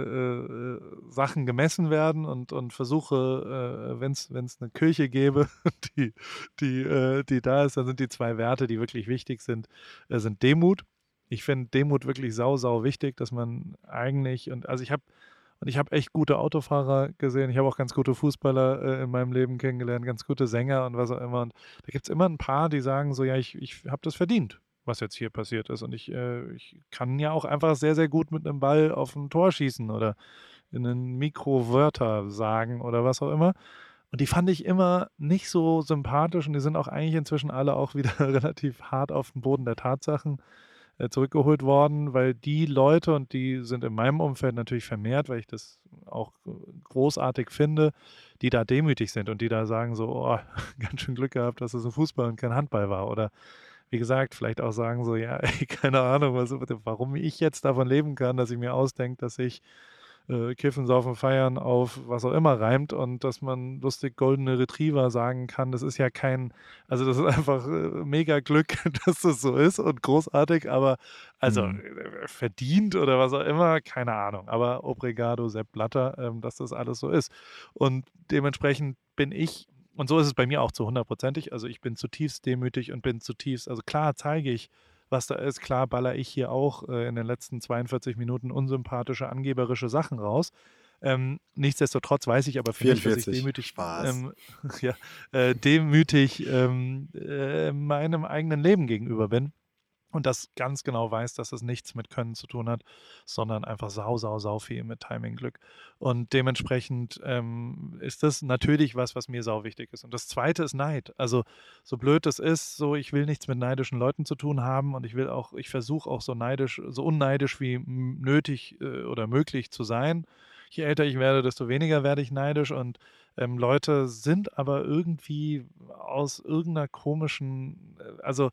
äh, Sachen gemessen werden und, und versuche, äh, wenn es eine Kirche gäbe, die, die, äh, die da ist, dann sind die zwei Werte, die wirklich wichtig sind, äh, sind Demut. Ich finde Demut wirklich sau, sau wichtig, dass man eigentlich, und also ich habe und ich habe echt gute Autofahrer gesehen. Ich habe auch ganz gute Fußballer äh, in meinem Leben kennengelernt, ganz gute Sänger und was auch immer. Und da gibt es immer ein paar, die sagen so, ja, ich, ich habe das verdient, was jetzt hier passiert ist. Und ich, äh, ich kann ja auch einfach sehr, sehr gut mit einem Ball auf ein Tor schießen oder in einen Mikrowörter sagen oder was auch immer. Und die fand ich immer nicht so sympathisch und die sind auch eigentlich inzwischen alle auch wieder relativ hart auf den Boden der Tatsachen äh, zurückgeholt worden, weil die Leute, und die sind in meinem Umfeld natürlich vermehrt, weil ich das auch äh, großartig finde, die da demütig sind und die da sagen so, oh, ganz schön Glück gehabt, dass es ein Fußball und kein Handball war. Oder wie gesagt, vielleicht auch sagen so, ja, ey, keine Ahnung, was, warum ich jetzt davon leben kann, dass ich mir ausdenke, dass ich äh, Kiffen, Saufen, Feiern auf was auch immer reimt und dass man lustig goldene Retriever sagen kann. Das ist ja kein, also das ist einfach äh, mega Glück, dass das so ist und großartig, aber also Mhm. äh, verdient oder was auch immer, keine Ahnung. Aber obrigado, Sepp Blatter, ähm, dass das alles so ist. Und dementsprechend bin ich, und so ist es bei mir auch zu hundertprozentig, also ich bin zutiefst demütig und bin zutiefst, also klar zeige ich, was da ist. Klar baller ich hier auch äh, in den letzten zweiundvierzig Minuten unsympathische, angeberische Sachen raus. Ähm, nichtsdestotrotz weiß ich aber für mich, dass ich vierundvierzig. demütig, Spaß. ähm, ja, äh, demütig ähm, äh, meinem eigenen Leben gegenüber bin. Und das ganz genau weiß, dass es nichts mit Können zu tun hat, sondern einfach sau, sau, sau viel mit Timing-Glück. Und dementsprechend ähm, ist das natürlich was, was mir sau wichtig ist. Und das Zweite ist Neid. Also so blöd es ist, so ich will nichts mit neidischen Leuten zu tun haben und ich will auch, ich versuche auch so neidisch, so unneidisch wie m- nötig äh, oder möglich zu sein. Je älter ich werde, desto weniger werde ich neidisch und ähm, Leute sind aber irgendwie aus irgendeiner komischen, äh, also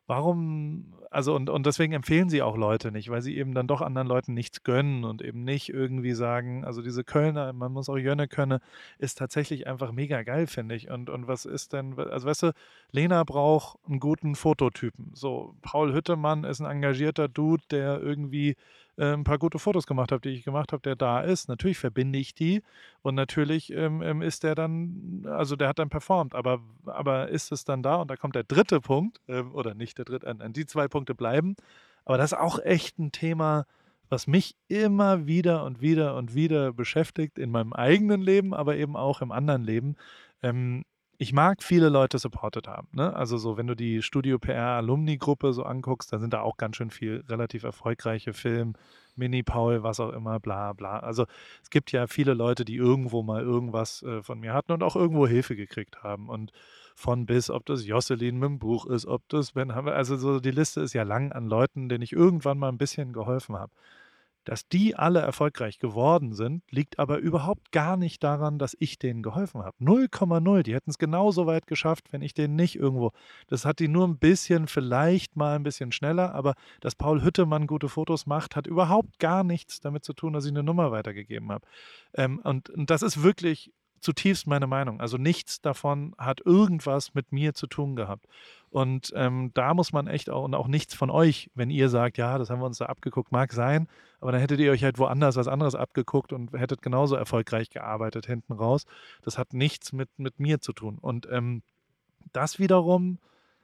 warum, also und, und deswegen empfehlen sie auch Leute nicht, weil sie eben dann doch anderen Leuten nichts gönnen und eben nicht irgendwie sagen, also diese Kölner, man muss auch Jönne können, ist tatsächlich einfach mega geil, finde ich. Und, und was ist denn, also weißt du, Lena braucht einen guten Fototypen. So, Paul Hüttemann ist ein engagierter Dude, der irgendwie äh, ein paar gute Fotos gemacht hat, die ich gemacht habe, der da ist. Natürlich verbinde ich die und natürlich ähm, ähm, ist der dann, also der hat dann performt, aber, aber ist es dann da? Und da kommt der dritte Punkt, ähm, oder nicht der dritte, an, an die zwei Punkte bleiben. Aber das ist auch echt ein Thema, was mich immer wieder und wieder und wieder beschäftigt in meinem eigenen Leben, aber eben auch im anderen Leben. Ähm, ich mag viele Leute supported haben. Ne? Also so, wenn du die Studio P R-Alumni-Gruppe so anguckst, da sind da auch ganz schön viel relativ erfolgreiche Film, Mini-Paul, was auch immer, bla bla. Also es gibt ja viele Leute, die irgendwo mal irgendwas äh, von mir hatten und auch irgendwo Hilfe gekriegt haben. Und von bis, ob das Jocelyn mit dem Buch ist, ob das Ben Hammer, also so die Liste ist ja lang an Leuten, denen ich irgendwann mal ein bisschen geholfen habe. Dass die alle erfolgreich geworden sind, liegt aber überhaupt gar nicht daran, dass ich denen geholfen habe. null Komma null. Die hätten es genauso weit geschafft, wenn ich denen nicht irgendwo. Das hat die nur ein bisschen, vielleicht mal ein bisschen schneller, aber dass Paul Hüttemann gute Fotos macht, hat überhaupt gar nichts damit zu tun, dass ich eine Nummer weitergegeben habe. Ähm, und, und das ist wirklich zutiefst meine Meinung. Also nichts davon hat irgendwas mit mir zu tun gehabt. Und ähm, da muss man echt auch, und auch nichts von euch, wenn ihr sagt, ja, das haben wir uns da abgeguckt, mag sein, aber dann hättet ihr euch halt woanders was anderes abgeguckt und hättet genauso erfolgreich gearbeitet hinten raus. Das hat nichts mit, mit mir zu tun. Und ähm, das wiederum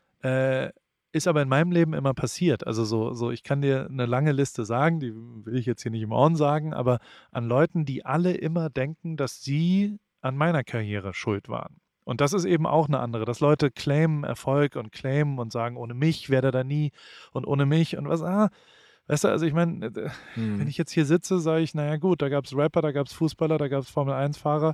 äh, ist aber in meinem Leben immer passiert. Also so, so, ich kann dir eine lange Liste sagen, die will ich jetzt hier nicht im On sagen, aber an Leuten, die alle immer denken, dass sie an meiner Karriere schuld waren. Und das ist eben auch eine andere, dass Leute claimen Erfolg und claimen und sagen, ohne mich wäre der da nie und ohne mich und was, ah, weißt du, also ich meine, Hm. wenn ich jetzt hier sitze, sage ich, naja gut, da gab es Rapper, da gab es Fußballer, da gab es Formel eins Fahrer,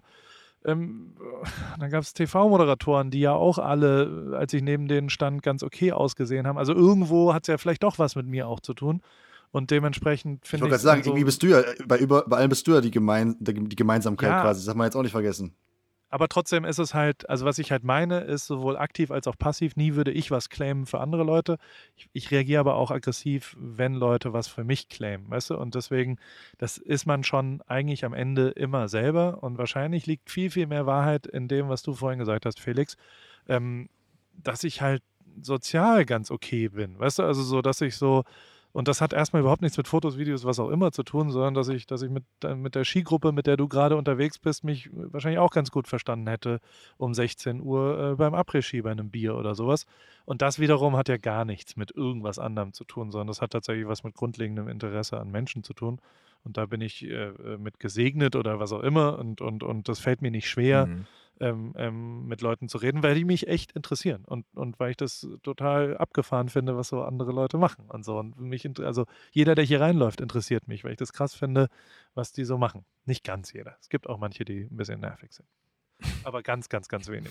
ähm, dann gab es T V-Moderatoren, die ja auch alle, als ich neben denen stand, ganz okay ausgesehen haben. Also irgendwo hat es ja vielleicht doch was mit mir auch zu tun. Und dementsprechend Ich finde wollte ich. gerade sagen, so, irgendwie bist du ja, bei, über, bei allem bist du ja die, Gemein, die Gemeinsamkeit Ja. quasi. Das darf man jetzt auch nicht vergessen. Aber trotzdem ist es halt, also was ich halt meine, ist sowohl aktiv als auch passiv. Nie würde ich was claimen für andere Leute. Ich, ich reagiere aber auch aggressiv, wenn Leute was für mich claimen, weißt du? Und deswegen, das ist man schon eigentlich am Ende immer selber. Und wahrscheinlich liegt viel, viel mehr Wahrheit in dem, was du vorhin gesagt hast, Felix, ähm, dass ich halt sozial ganz okay bin, weißt du? Also so, dass ich so. Und das hat erstmal überhaupt nichts mit Fotos, Videos, was auch immer zu tun, sondern dass ich, dass ich mit, mit der Skigruppe, mit der du gerade unterwegs bist, mich wahrscheinlich auch ganz gut verstanden hätte um sechzehn Uhr äh, beim Après-Ski bei einem Bier oder sowas. Und das wiederum hat ja gar nichts mit irgendwas anderem zu tun, sondern das hat tatsächlich was mit grundlegendem Interesse an Menschen zu tun. Und da bin ich äh, mit gesegnet oder was auch immer. Und, und, und das fällt mir nicht schwer, Mhm. ähm, ähm, mit Leuten zu reden, weil die mich echt interessieren. Und, und weil ich das total abgefahren finde, was so andere Leute machen. Und so. Und mich, int- also jeder, der hier reinläuft, interessiert mich, weil ich das krass finde, was die so machen. Nicht ganz jeder. Es gibt auch manche, die ein bisschen nervig sind. Aber ganz, ganz, ganz wenig.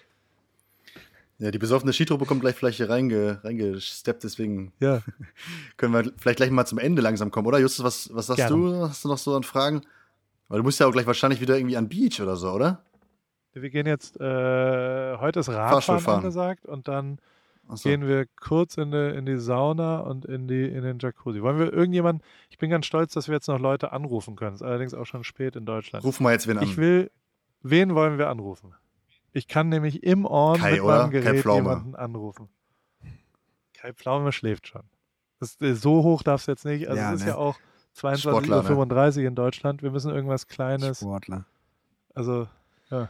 Ja, die besoffene Skitruppe kommt gleich vielleicht hier reinge, reingesteppt, deswegen Ja. können wir vielleicht gleich mal zum Ende langsam kommen, oder? Justus, was, was sagst Gerne. du? Hast du noch so an Fragen? Weil du musst ja auch gleich wahrscheinlich wieder irgendwie an Beach oder so, oder? Wir gehen jetzt, äh, heute ist Radfahren Fahrstuhlfahren. angesagt und dann Achso. gehen wir kurz in die, in die Sauna und in, die, in den Jacuzzi. Wollen wir irgendjemanden, ich bin ganz stolz, dass wir jetzt noch Leute anrufen können. Ist allerdings auch schon spät in Deutschland. Ruf mal jetzt wen an. Ich will, wen wollen wir anrufen? Ich kann nämlich im Ohren Kai, mit oder? meinem Kai Gerät Pflaume. jemanden anrufen. Kai Pflaume schläft schon. Das, äh, so hoch darf es jetzt nicht. Also Ja, es ist ne? ja auch zweiundzwanzig Sportler, Uhr ne? fünfunddreißig in Deutschland. Wir müssen irgendwas Kleines. Sportler. Also, ja.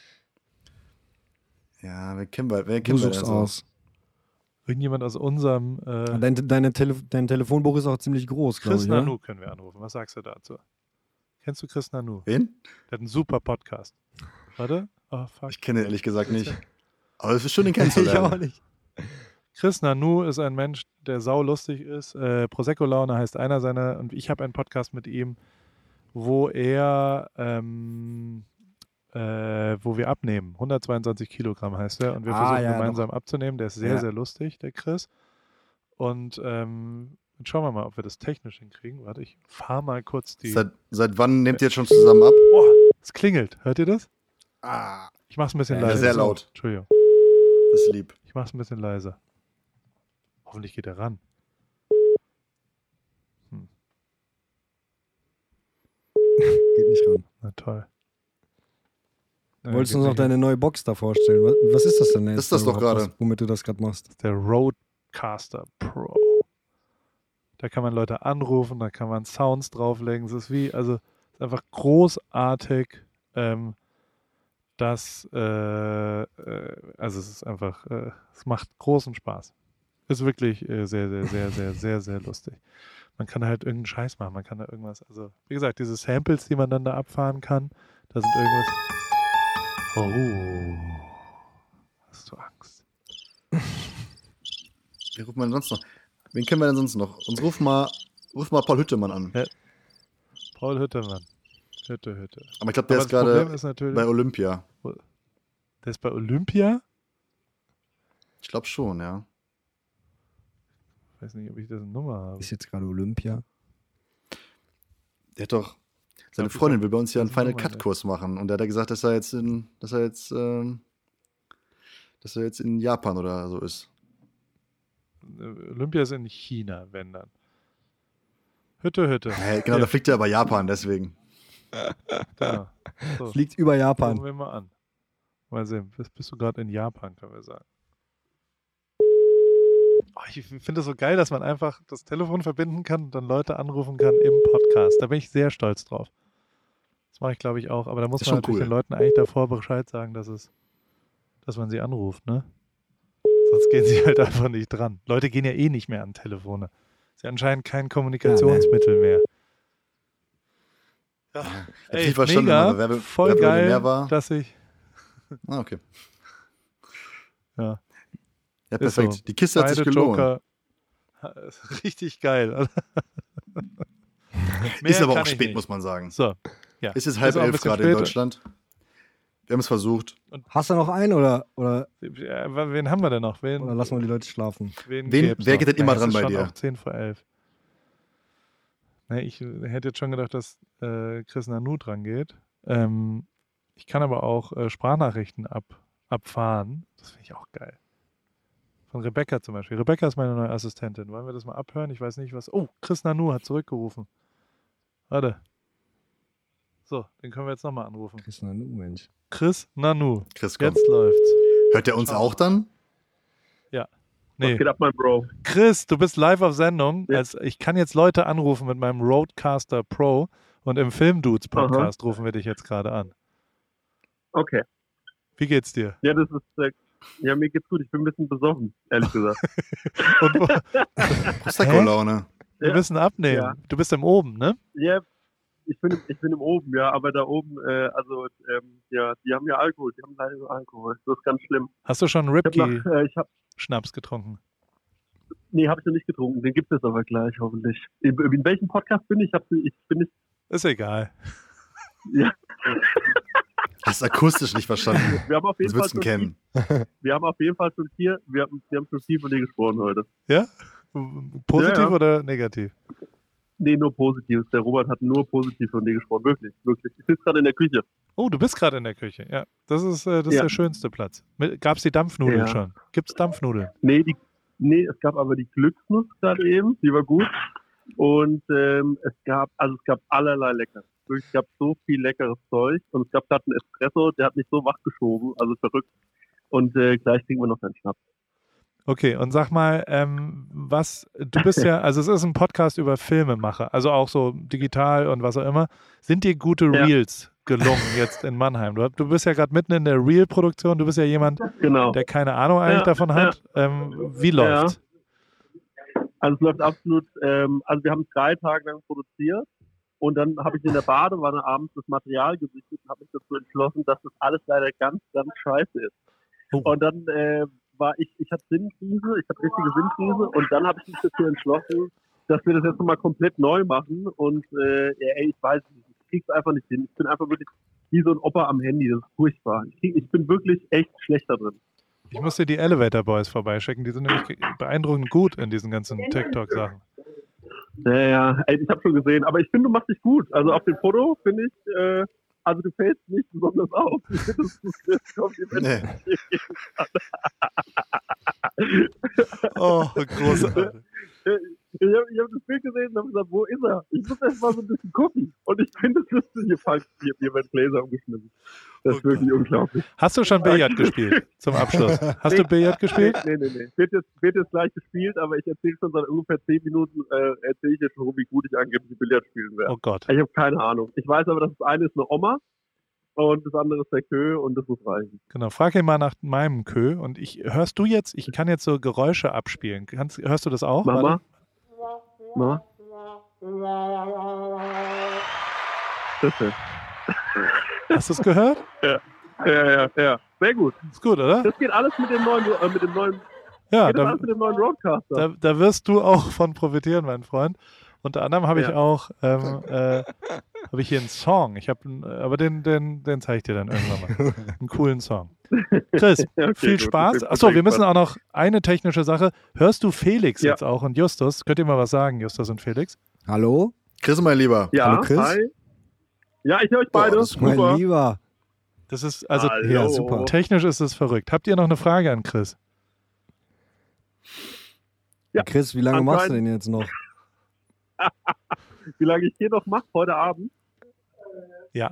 Ja, wer kennen wir, wer Du kennen wir suchst denn so? aus. Irgendjemand aus unserem äh, Dein, deine Tele dein Telefonbuch ist auch ziemlich groß, glaube Chris ich. Ja? Nanu können wir anrufen. Was sagst du dazu? Kennst du Chris Nanu? Wen? Der hat einen super Podcast. Warte. Oh, fuck. Ich kenne ihn ehrlich gesagt nicht. Aber es ist schön, den Ich auch kennenzulernen. nicht. Chris Nanu ist ein Mensch, der saulustig ist. Äh, Prosecco-Laune heißt einer seiner. Und ich habe einen Podcast mit ihm, wo er, ähm, äh, wo wir abnehmen. hundertzweiundzwanzig Kilogramm heißt er. Und wir Ah, versuchen ja, gemeinsam abzunehmen. Der ist sehr, Ja. sehr lustig, der Chris. Und ähm, jetzt schauen wir mal, ob wir das technisch hinkriegen. Warte, ich fahre mal kurz die. Seit, seit wann nehmt ihr jetzt schon zusammen ab? Boah, es klingelt. Hört ihr das? Ah, Ich mach's ein bisschen Ja, leiser. sehr laut. Entschuldigung. das ist lieb. Ich mach's ein bisschen leiser. Hoffentlich geht er ran. Hm, Geht nicht ran. na toll. Äh, Wolltest du geht uns noch nicht. deine neue Box da vorstellen? Was, was ist das denn jetzt? Das ist das doch überhaupt, gerade. was- Womit du das gerade machst? Der Rodecaster Pro. Da kann man Leute anrufen, da kann man Sounds drauflegen. Es ist wie, also es ist einfach großartig. Ähm, das, äh, äh, also es ist einfach, äh, es macht großen Spaß. Ist wirklich äh, sehr, sehr, sehr, sehr, sehr, sehr lustig. Man kann halt irgendeinen Scheiß machen. Man kann da irgendwas, also wie gesagt, diese Samples, die man dann da abfahren kann, da sind irgendwas. Oh. Hast du Angst? Wen ruft man denn sonst noch? Wen kennen wir denn sonst noch? Uns ruf mal, ruf mal Paul Hüttemann an. Ja. Paul Hüttemann. Hütte, Hütte. Aber ich glaube, der Aber ist das Problem gerade ist natürlich- bei Olympia. Der ist bei Olympia? Ich glaube schon, ja. Ich weiß nicht, ob ich das eine Nummer habe. Ist jetzt gerade Olympia. Der hat doch. Seine glaub, Freundin ich will bei uns ja einen das ist eine Final Nummer, Cut Kurs machen und der hat ja gesagt, dass er jetzt in, dass er jetzt, ähm, dass er jetzt in Japan oder so ist. Olympia ist in China, wenn dann. Hütte, Hütte. Ja, genau, da fliegt er aber Japan, deswegen. Genau. So, Fliegt über gucken Japan. wir mal an. Mal sehen, bist, bist du gerade in Japan, können wir sagen. Oh, ich finde es so geil, dass man einfach das Telefon verbinden kann und dann Leute anrufen kann im Podcast. Da bin ich sehr stolz drauf. Das mache ich, glaube ich, auch. Aber da muss Ist man schon natürlich cool. den Leuten eigentlich davor Bescheid sagen, dass es, dass man sie anruft, ne? Sonst gehen sie halt einfach nicht dran. Leute gehen ja eh nicht mehr an Telefone. Ist ja anscheinend kein Kommunikationsmittel mehr. Ja, Ich hab's ey, nicht verstanden, mega, aber wer, wer voll wer geil, mehr war. dass ich, Ah, okay. ja, Ja, ist perfekt. so. Die Kiste hat sich Beide gelohnt. Joker, richtig geil. Ist aber Mehr auch kann ich spät, nicht. muss man sagen. So, ja. Es ist halb Ist auch ein elf bisschen gerade in später. Deutschland. Wir haben es versucht. Hast du noch einen oder, oder, Ja, wen haben wir denn noch? Wen, oder lassen wir die Leute schlafen? wen, Wen- gäb's wer noch? geht denn immer Nee, es dran ist bei schon dir? Auch zehn vor elf. Nee, ich hätte jetzt schon gedacht, dass äh, Chris Nanu dran geht. Ähm, ich kann aber auch äh, Sprachnachrichten ab, abfahren. Das finde ich auch geil. Von Rebecca zum Beispiel. Rebecca ist meine neue Assistentin. Wollen wir das mal abhören? Ich weiß nicht, was. Oh, Chris Nanu hat zurückgerufen. Warte. So, den können wir jetzt nochmal anrufen. Chris Nanu, Mensch. Chris Nanu. Chris, komm. Jetzt läuft's. Hört der uns Schau. auch dann? Nee. Was geht ab, mein Bro? Chris, du bist live auf Sendung. Ja. Als, ich kann jetzt Leute anrufen mit meinem Roadcaster Pro und im Filmdudes Podcast rufen wir dich jetzt gerade an. Okay. Wie geht's dir? Ja, das ist, äh, ja, mir geht's gut. Ich bin ein bisschen besoffen, ehrlich gesagt. Und wo, Prosecco-Laune. wir Ja. müssen abnehmen. Ja. Du bist im Oben, ne? Ja, ich bin, ich bin im Oben, ja, aber da oben, äh, also, ähm, ja, die haben ja Alkohol, die haben leider nur Alkohol. Das ist ganz schlimm. Hast du schon Ich hab Ripkey nach, äh, ich hab, Schnaps getrunken? nee, habe ich noch nicht getrunken. Den gibt es aber gleich, hoffentlich. In, in welchem Podcast bin ich? Ich, hab, ich bin nicht, Ist egal. ja, Hast akustisch nicht verstanden. wir haben auf jeden Das Fall würdest du schon, kennen. viel- wir haben auf jeden Fall schon vier, wir haben, wir haben schon viel von dir gesprochen heute. Ja? Positiv Ja, ja. oder negativ? Nee, nur Positives. Der Robert hat nur positiv von dir gesprochen. Wirklich, wirklich. Ich sitze gerade in der Küche. Oh, du bist gerade in der Küche. Ja, das ist, äh, das ist Ja. der schönste Platz. Gab es die Dampfnudeln Ja. schon? Gibt es Dampfnudeln? Nee, die, nee, es gab aber die Glücksnuss gerade eben, die war gut. Und ähm, es gab, also es gab allerlei Leckeres. Wirklich, es gab so viel leckeres Zeug. Und es gab gerade einen Espresso, der hat mich so wachgeschoben, also verrückt. Und äh, gleich kriegen wir noch einen Schnaps. Okay, und sag mal, ähm, was, du bist ja, also es ist ein Podcast über Filmemacher, also auch so digital und was auch immer. Sind dir gute Ja. Reels gelungen jetzt in Mannheim? Du, du bist ja gerade mitten in der Reel-Produktion, du bist ja jemand, Genau. der keine Ahnung eigentlich Ja, davon hat. Ähm, wie läuft's? Also es läuft absolut, ähm, also wir haben drei Tage lang produziert und dann habe ich in der Badewanne abends das Material gesichtet und habe mich dazu entschlossen, dass das alles leider ganz, ganz scheiße ist. Oh. Und dann äh, war ich, ich hatte Sinnkrise, ich hatte richtige Sinnkrise und dann habe ich mich dazu entschlossen, dass wir das jetzt nochmal komplett neu machen und äh, ey, ich weiß nicht, ich krieg's einfach nicht hin. Ich bin einfach wirklich wie so ein Opa am Handy, das ist furchtbar. Ich, krieg, ich bin wirklich echt schlecht da drin. Ich muss dir die Elevator Boys vorbeischicken, die sind nämlich beeindruckend gut in diesen ganzen TikTok-Sachen. Ja, ja, ey, ich habe schon gesehen, aber ich finde, du machst dich gut. Also auf dem Foto finde ich, äh, also du fällst nicht besonders auf. Ich finde, das, das Kompliment. Nee. Oh, großartig. Ich habe ich hab das Bild gesehen und habe gesagt, wo ist er? Ich muss erst mal so ein bisschen gucken. Und ich finde, das ist hier falsch. Hier, hier wird Gläser umgeschmissen. Das ist Oh wirklich Gott. unglaublich. Hast du schon Billard gespielt zum Abschluss? Hast du Billard gespielt? Nee, nee, nee. Wird jetzt, wird jetzt gleich gespielt, aber ich erzähle schon seit ungefähr zehn Minuten, äh, erzähle ich jetzt schon, wie gut ich angeblich Billard spielen werde. Oh Gott. Ich habe keine Ahnung. Ich weiß aber, dass das eine ist eine Oma und das andere ist der Kö und das muss reichen. Genau, frag ihn mal nach meinem Kö. Und ich, hörst du jetzt, ich kann jetzt so Geräusche abspielen. Kannst, hörst du das auch? Mama? Warte. Mama? Sehr schön. Hast du es gehört? Ja, ja, ja, ja. Sehr gut. Ist gut, oder? Das geht alles mit dem neuen, äh, mit dem neuen, Ja, geht das da, alles mit dem neuen Roadcaster. da, da wirst du auch von profitieren, mein Freund. Unter anderem habe ich Ja. auch ähm, äh, habe ich hier einen Song. Ich habe, aber den, den, den zeige ich dir dann irgendwann mal. Einen coolen Song. Chris, Okay, viel gut. Spaß. Ich bin Achso, wir müssen gespannt. auch noch eine technische Sache. Hörst du Felix Ja. jetzt auch und Justus? Könnt ihr mal was sagen, Justus und Felix? Hallo? Chris, mein Lieber. Ja, Hallo, Chris? hi. Ja, ich höre euch Boah, beide. das ist Mein Super. Lieber. Das ist, also Hallo. Ja, super. technisch ist es verrückt. Habt ihr noch eine Frage an Chris? Ja. Chris, wie lange machst du Anscheinend- denn jetzt noch? Wie lange ich hier noch mache heute Abend? Ja.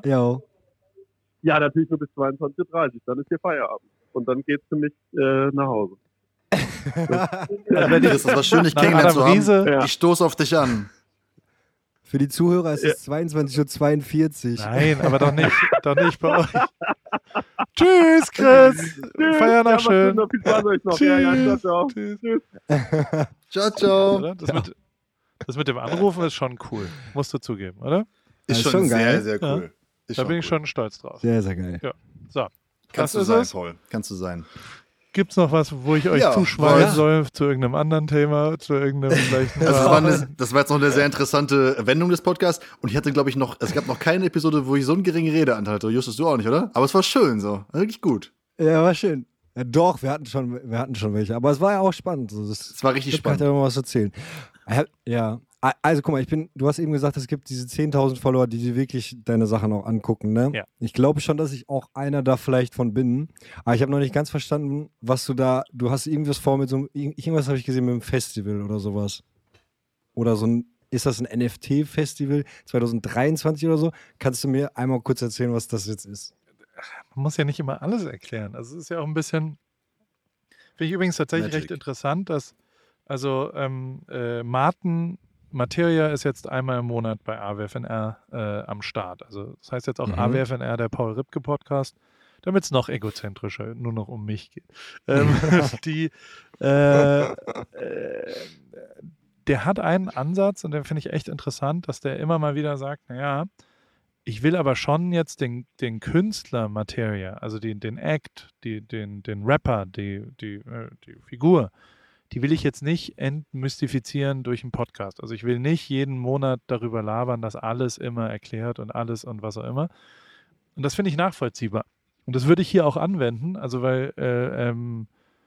Ja, natürlich nur bis zweiundzwanzig Uhr dreißig. Dann ist hier Feierabend. Und dann geht's für mich äh, nach Hause. Also wenn ich Chris, das war schön, dich nach kennengelernt Adam zu haben. Riese, Ja. Ich stoße auf dich an. Für die Zuhörer ist es zweiundzwanzig Uhr zweiundvierzig. nein, aber doch nicht, doch nicht bei euch. Tschüss, Chris. Feier noch Ja, schön. Noch viel Spaß euch noch. Ja, ja, ciao, ciao. Tschüss. Ciao, ciao. Oder? Das, mit, das mit dem Anrufen ist schon cool. Musst du zugeben, oder? Ist Ist schon, schon sehr, geil. sehr cool. Ist Da bin ich cool. schon stolz drauf. Sehr, sehr geil. So, Kannst das du ist sein, es. Paul. Kannst du sein. Gibt's noch was, wo ich euch Ja, zuschweifen ja. soll zu irgendeinem anderen Thema, zu irgendeinem vielleicht Also das, war eine, das war jetzt noch eine sehr interessante Wendung des Podcasts. Und ich hatte, glaube ich, noch, es gab noch keine Episode, wo ich so einen geringen Redeanteil hatte. Justus, du auch nicht, oder? Aber es war schön so. Wirklich gut. Ja, war schön. Ja, doch, wir hatten, schon, wir hatten schon welche. Aber es war ja auch spannend. So, das, Es war richtig ich kann spannend. ja immer was erzählen. Ja, Ja. Also guck mal, ich bin, du hast eben gesagt, es gibt diese zehntausend Follower, die dir wirklich deine Sachen auch angucken, ne? Ja. Ich glaube schon, dass ich auch einer da vielleicht von bin. Aber ich habe noch nicht ganz verstanden, was du da, du hast irgendwas vor mit so einem, irgendwas habe ich gesehen mit einem Festival oder sowas. Oder so ein, ist das ein N F T-Festival zwanzig dreiundzwanzig oder so? Kannst du mir einmal kurz erzählen, was das jetzt ist? Man muss ja nicht immer alles erklären. Also es ist ja auch ein bisschen, finde ich übrigens tatsächlich Magic. recht interessant, dass, also ähm, äh, Martin Materia ist jetzt einmal im Monat bei A W F N R äh, am Start. Also das heißt jetzt auch Mhm. A W F N R, der Paul Ripke Podcast, damit es noch egozentrischer, nur noch um mich geht. Ähm, die, äh, äh, der hat einen Ansatz und den finde ich echt interessant, dass der immer mal wieder sagt, naja, ich will aber schon jetzt den, den Künstler Materia, also den, den Act, die, den, den Rapper, die, die, äh, die Figur, die will ich jetzt nicht entmystifizieren durch einen Podcast. Also ich will nicht jeden Monat darüber labern, dass alles immer erklärt und alles und was auch immer. Und das finde ich nachvollziehbar. Und das würde ich hier auch anwenden, also weil äh, ähm,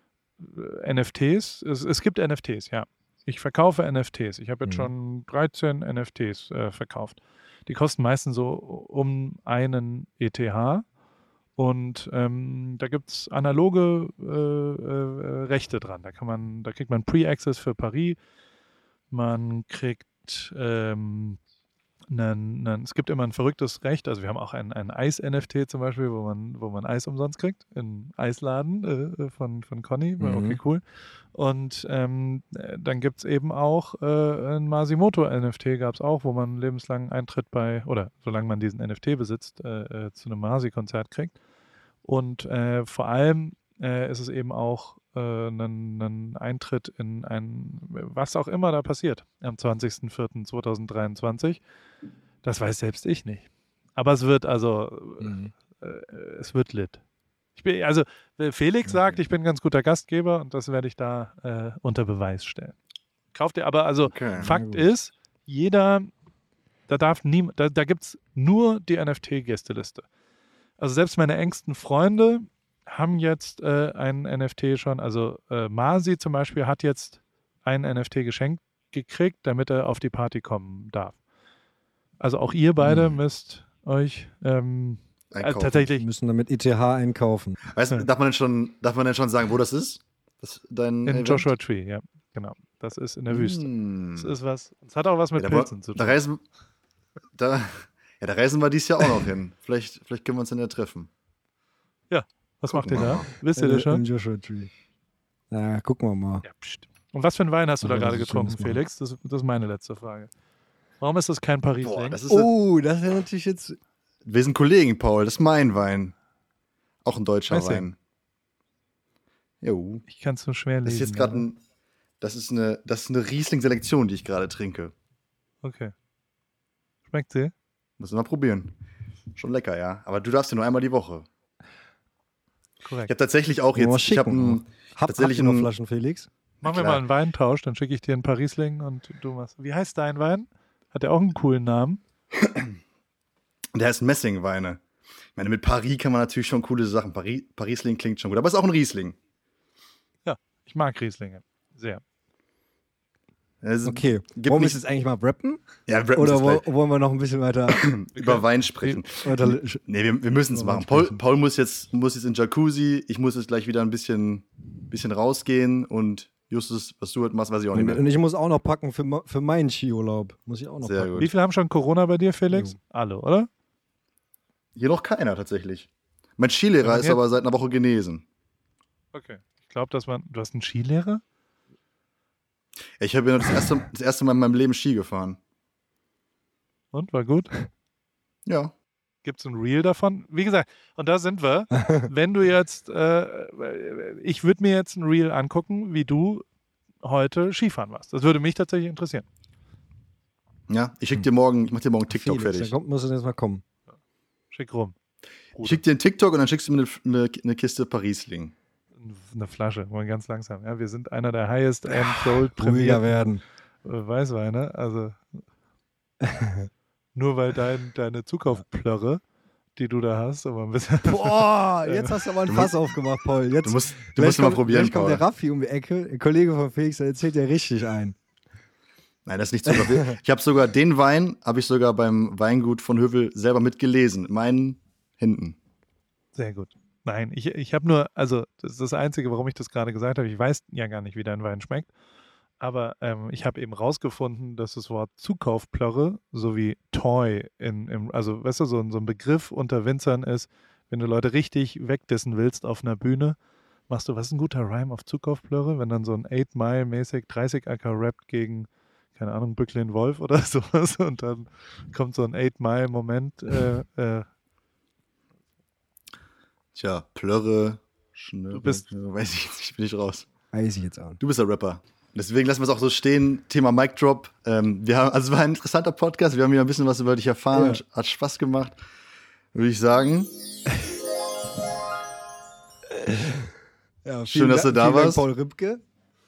N F Ts, es, es gibt N F Ts, ja. Ich verkaufe N F Ts. Ich habe jetzt Mhm. schon dreizehn N F Ts äh, verkauft. Die kosten meistens so um einen E T H. Und ähm, da gibt es analoge äh, äh, Rechte dran. Da kann man, da kriegt man Pre-Access für Paris. Man kriegt ähm, einen, einen, es gibt immer ein verrücktes Recht. Also wir haben auch ein, ein Eis-N F T zum Beispiel, wo man, wo man Eis umsonst kriegt. Im Eisladen äh, von, von Conny. Mhm. Okay, cool. Und ähm, äh, dann gibt es eben auch äh, ein Masimoto-N F T, gab es auch, wo man lebenslang Eintritt bei, oder solange man diesen N F T besitzt, äh, äh, zu einem Masi-Konzert kriegt. Und äh, vor allem äh, ist es eben auch äh, ein, ein Eintritt in ein, was auch immer da passiert, am zwanzigsten vierten zweitausenddreiundzwanzig. Das weiß selbst ich nicht. Aber es wird also, Mhm. äh, es wird lit. Ich bin, also Felix sagt, ich bin ein ganz guter Gastgeber und das werde ich da äh, unter Beweis stellen. Kauft ihr aber, also Okay. Fakt gut. ist, jeder, da darf niemand, da, da gibt es nur die N F T-Gästeliste. Also selbst meine engsten Freunde haben jetzt äh, einen N F T schon, also äh, Masi zum Beispiel hat jetzt einen N F T geschenkt gekriegt, damit er auf die Party kommen darf. Also auch ihr beide Hm. müsst euch ähm, äh, Einkaufen. Wir tatsächlich müssen damit E T H einkaufen. Weißt du, darf man denn schon, darf man denn schon sagen, wo das ist? Das, dein in Event? Joshua Tree, ja, genau. Das ist in der Wüste. Hm. Das ist was, es hat auch was mit Ja, Pilzen da, zu da tun. reisen, da, ja, da reisen wir dieses Jahr auch noch hin. Vielleicht, vielleicht können wir uns dann ja treffen. Was gucken macht ihr wir da? mal. Wisst ihr Im- das schon? Im Joshua Tree. Ja, gucken wir mal. Ja, pst. Und was für einen Wein hast du da Ja, gerade das ist getrunken, schönes Mal. Felix? Das, das ist meine letzte Frage. Warum ist das kein Paris? Boah, das ist Oh, das wäre natürlich jetzt. Wir sind Kollegen, Paul. Das ist mein Wein. Auch ein deutscher Weiß ich. Wein. Jo. Ich kann es nur schwer lesen. Das ist jetzt gerade aber- ein. Das ist eine, das ist eine Riesling-Selektion, die ich gerade trinke. Okay. Schmeckt sie? Müssen wir mal probieren. Schon lecker, ja. Aber du darfst ja nur einmal die Woche. Korrekt. Ich habe tatsächlich auch Wollen wir jetzt, ich habe schicken? Hab, tatsächlich habt ihr noch ein- Flaschen, Felix? Machen wir klar. mal einen Weintausch, dann schicke ich dir ein paar Riesling und du machst. Wie heißt dein Wein? Hat der auch einen coolen Namen? der heißt Messingweine. Ich meine, mit Paris kann man natürlich schon coole Sachen. Paris, Parisling klingt schon gut, aber es ist auch ein Riesling. Ich mag Rieslinge. Sehr. Es Okay, gibt wollen wir nicht- es jetzt eigentlich mal rappen? Ja, rappen Oder ist wo, gleich. wollen wir noch ein bisschen weiter, über Wein sprechen. weiter Nee, wir, wir müssen es Über Wein machen. Paul, sprechen. Paul muss jetzt muss jetzt in Jacuzzi. Ich muss jetzt gleich wieder ein bisschen, bisschen rausgehen. Und Justus, was du heute machst, weiß ich auch nicht und, mehr. und ich muss auch noch packen für, ma- für meinen Skiurlaub. Muss ich auch noch Sehr packen. gut. Wie viele haben schon Corona bei dir, Felix? Jo. Alle, oder? Hier noch keiner tatsächlich. Mein Skilehrer Ja, ist jetzt- aber seit einer Woche genesen. Okay. Ich glaube, dass man. Du hast einen Skilehrer? Ich habe ja das erste, das erste Mal in meinem Leben Ski gefahren. Und war gut? Ja. Gibt es ein Reel davon? Wie gesagt, und da sind wir. Wenn du jetzt, äh, ich würde mir jetzt ein Reel angucken, wie du heute Skifahren warst. Das würde mich tatsächlich interessieren. Ja, ich schick dir morgen, ich mach dir morgen TikTok Felix, fertig. dann kommt, muss es jetzt mal kommen. Schick rum. Ich schick dir einen TikTok und dann schickst du mir eine, eine, eine Kiste Parisling. Eine Flasche, mal ganz langsam. Ja, wir sind einer der highest end sold Ruhiger prämierten werden. äh, Weißweine. Also nur weil dein, deine Zukaufplörre, die du da hast, aber ein bisschen. Boah, jetzt hast du aber ein Fass aufgemacht, Paul. Jetzt, Du musst, du gleich musst mal kommt- probieren, Gleich kommt Paul. der Raffi um die Ecke, der Kollege von Felix, der erzählt ja richtig ein. Nein, das ist nicht Zucker. Ich habe sogar den Wein, habe ich sogar beim Weingut von Hövel selber mitgelesen. Mit meinen Händen. Sehr gut. Nein, ich, ich habe nur, also das ist das Einzige, warum ich das gerade gesagt habe. Ich weiß ja gar nicht, wie dein Wein schmeckt. Aber ähm, ich habe eben rausgefunden, dass das Wort Zukaufplörre sowie Toy, in, im, also weißt du, so, ein- so ein Begriff unter Winzern ist, wenn du Leute richtig wegdissen willst auf einer Bühne, machst du, was ist ein guter Rhyme auf Zukaufplörre, wenn dann so ein eight Mile mäßig dreißig Acker rappt gegen, keine Ahnung, Bücklin Wolf oder sowas und dann kommt so ein eight Mile Moment, äh, äh, Tja, Plörre, Schnürre. Du bist- Weiß ich jetzt nicht, bin ich raus. Weiß ich jetzt auch. Du bist der Rapper. Deswegen lassen wir es auch so stehen. Thema Mic Drop. Ähm, wir haben, also es war ein interessanter Podcast. Wir haben wieder ein bisschen was über dich erfahren. Ja. Hat, hat Spaß gemacht. Würde ich sagen. Ja, Schön, dass du da vielen Dank, warst. Paul Ripke.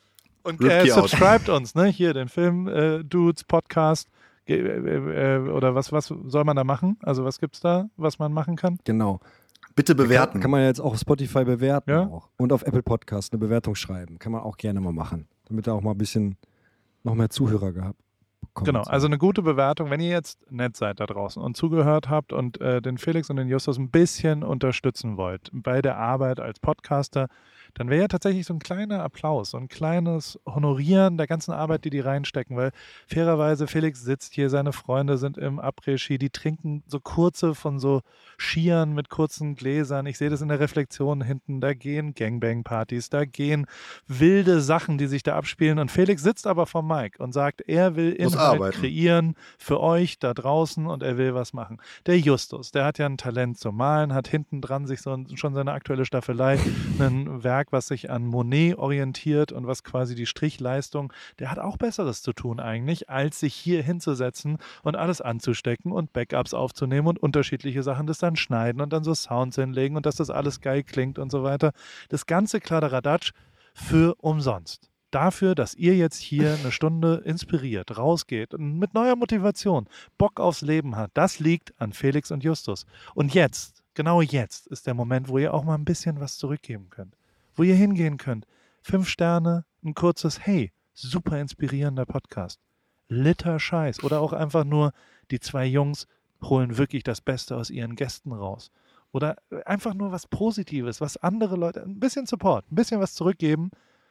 Und Ripkey äh, out. subscribt uns, ne? Hier den Film äh, Dudes Podcast. Ge- äh, äh, oder was, was soll man da machen? Also was gibt's da, was man machen kann? Genau. Bitte bewerten. Kann, kann man jetzt auch auf Spotify bewerten Ja. auch. Und auf Apple Podcast eine Bewertung schreiben. Kann man auch gerne mal machen. Damit er auch mal ein bisschen noch mehr Zuhörer gehabt bekommt. Genau, also eine gute Bewertung, wenn ihr jetzt nett seid da draußen und zugehört habt und äh, den Felix und den Justus ein bisschen unterstützen wollt bei der Arbeit als Podcaster, dann wäre ja tatsächlich so ein kleiner Applaus, so ein kleines Honorieren der ganzen Arbeit, die die reinstecken, weil fairerweise Felix sitzt hier, seine Freunde sind im Après-Ski, die trinken so kurze von so Skiern mit kurzen Gläsern, ich sehe das in der Reflexion hinten, da gehen Gangbang-Partys, da gehen wilde Sachen, die sich da abspielen und Felix sitzt aber vom Mic und sagt, er will Muss Inhalt arbeiten. kreieren für euch da draußen und er will was machen. Der Justus, der hat ja ein Talent zum Malen, hat hinten dran sich so ein, schon seine aktuelle Staffelei, ein Werk, was sich an Monet orientiert und was quasi die Strichleistung, der hat auch Besseres zu tun eigentlich, als sich hier hinzusetzen und alles anzustecken und Backups aufzunehmen und unterschiedliche Sachen das dann schneiden und dann so Sounds hinlegen und dass das alles geil klingt und so weiter. Das ganze Kladderadatsch für umsonst. Dafür, dass ihr jetzt hier eine Stunde inspiriert, rausgeht und mit neuer Motivation Bock aufs Leben hat, das liegt an Felix und Justus. Und jetzt, genau jetzt, ist der Moment, wo ihr auch mal ein bisschen was zurückgeben könnt. Wo ihr hingehen könnt. Fünf Sterne, ein kurzes Hey, super inspirierender Podcast. Liter Scheiß. Oder auch einfach nur, die zwei Jungs holen wirklich das Beste aus ihren Gästen raus. Oder einfach nur was Positives, was andere Leute, ein bisschen Support, ein bisschen was zurückgeben.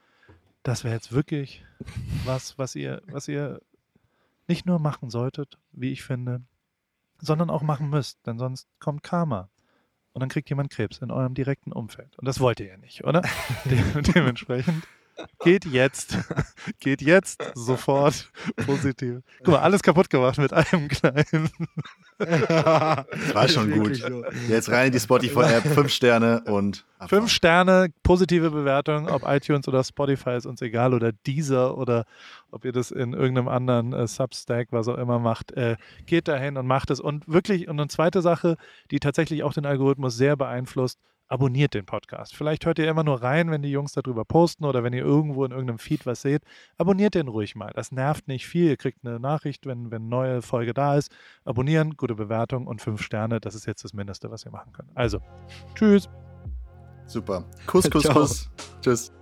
Das wäre jetzt wirklich was, was ihr, was ihr nicht nur machen solltet, wie ich finde, sondern auch machen müsst, denn sonst kommt Karma. Und dann kriegt jemand Krebs in eurem direkten Umfeld. Und das wollt ihr ja nicht, oder? De dementsprechend geht jetzt, geht jetzt sofort positiv. Guck mal, alles kaputt gemacht mit einem kleinen. Das war schon gut. So. Jetzt rein in die Spotify-App, fünf Sterne und abfahren. Fünf Sterne, positive Bewertung, ob iTunes oder Spotify ist uns egal oder Deezer oder ob ihr das in irgendeinem anderen äh, Substack, was auch immer macht, äh, geht dahin und macht es. Und wirklich, und eine zweite Sache, die tatsächlich auch den Algorithmus sehr beeinflusst, abonniert den Podcast. Vielleicht hört ihr immer nur rein, wenn die Jungs darüber posten oder wenn ihr irgendwo in irgendeinem Feed was seht. Abonniert den ruhig mal. Das nervt nicht viel. Ihr kriegt eine Nachricht, wenn, wenn eine neue Folge da ist. Abonnieren, gute Bewertung und fünf Sterne. Das ist jetzt das Mindeste, was ihr machen könnt. Also, tschüss. Super. Kuss, Kuss, Ciao. Kuss. Tschüss.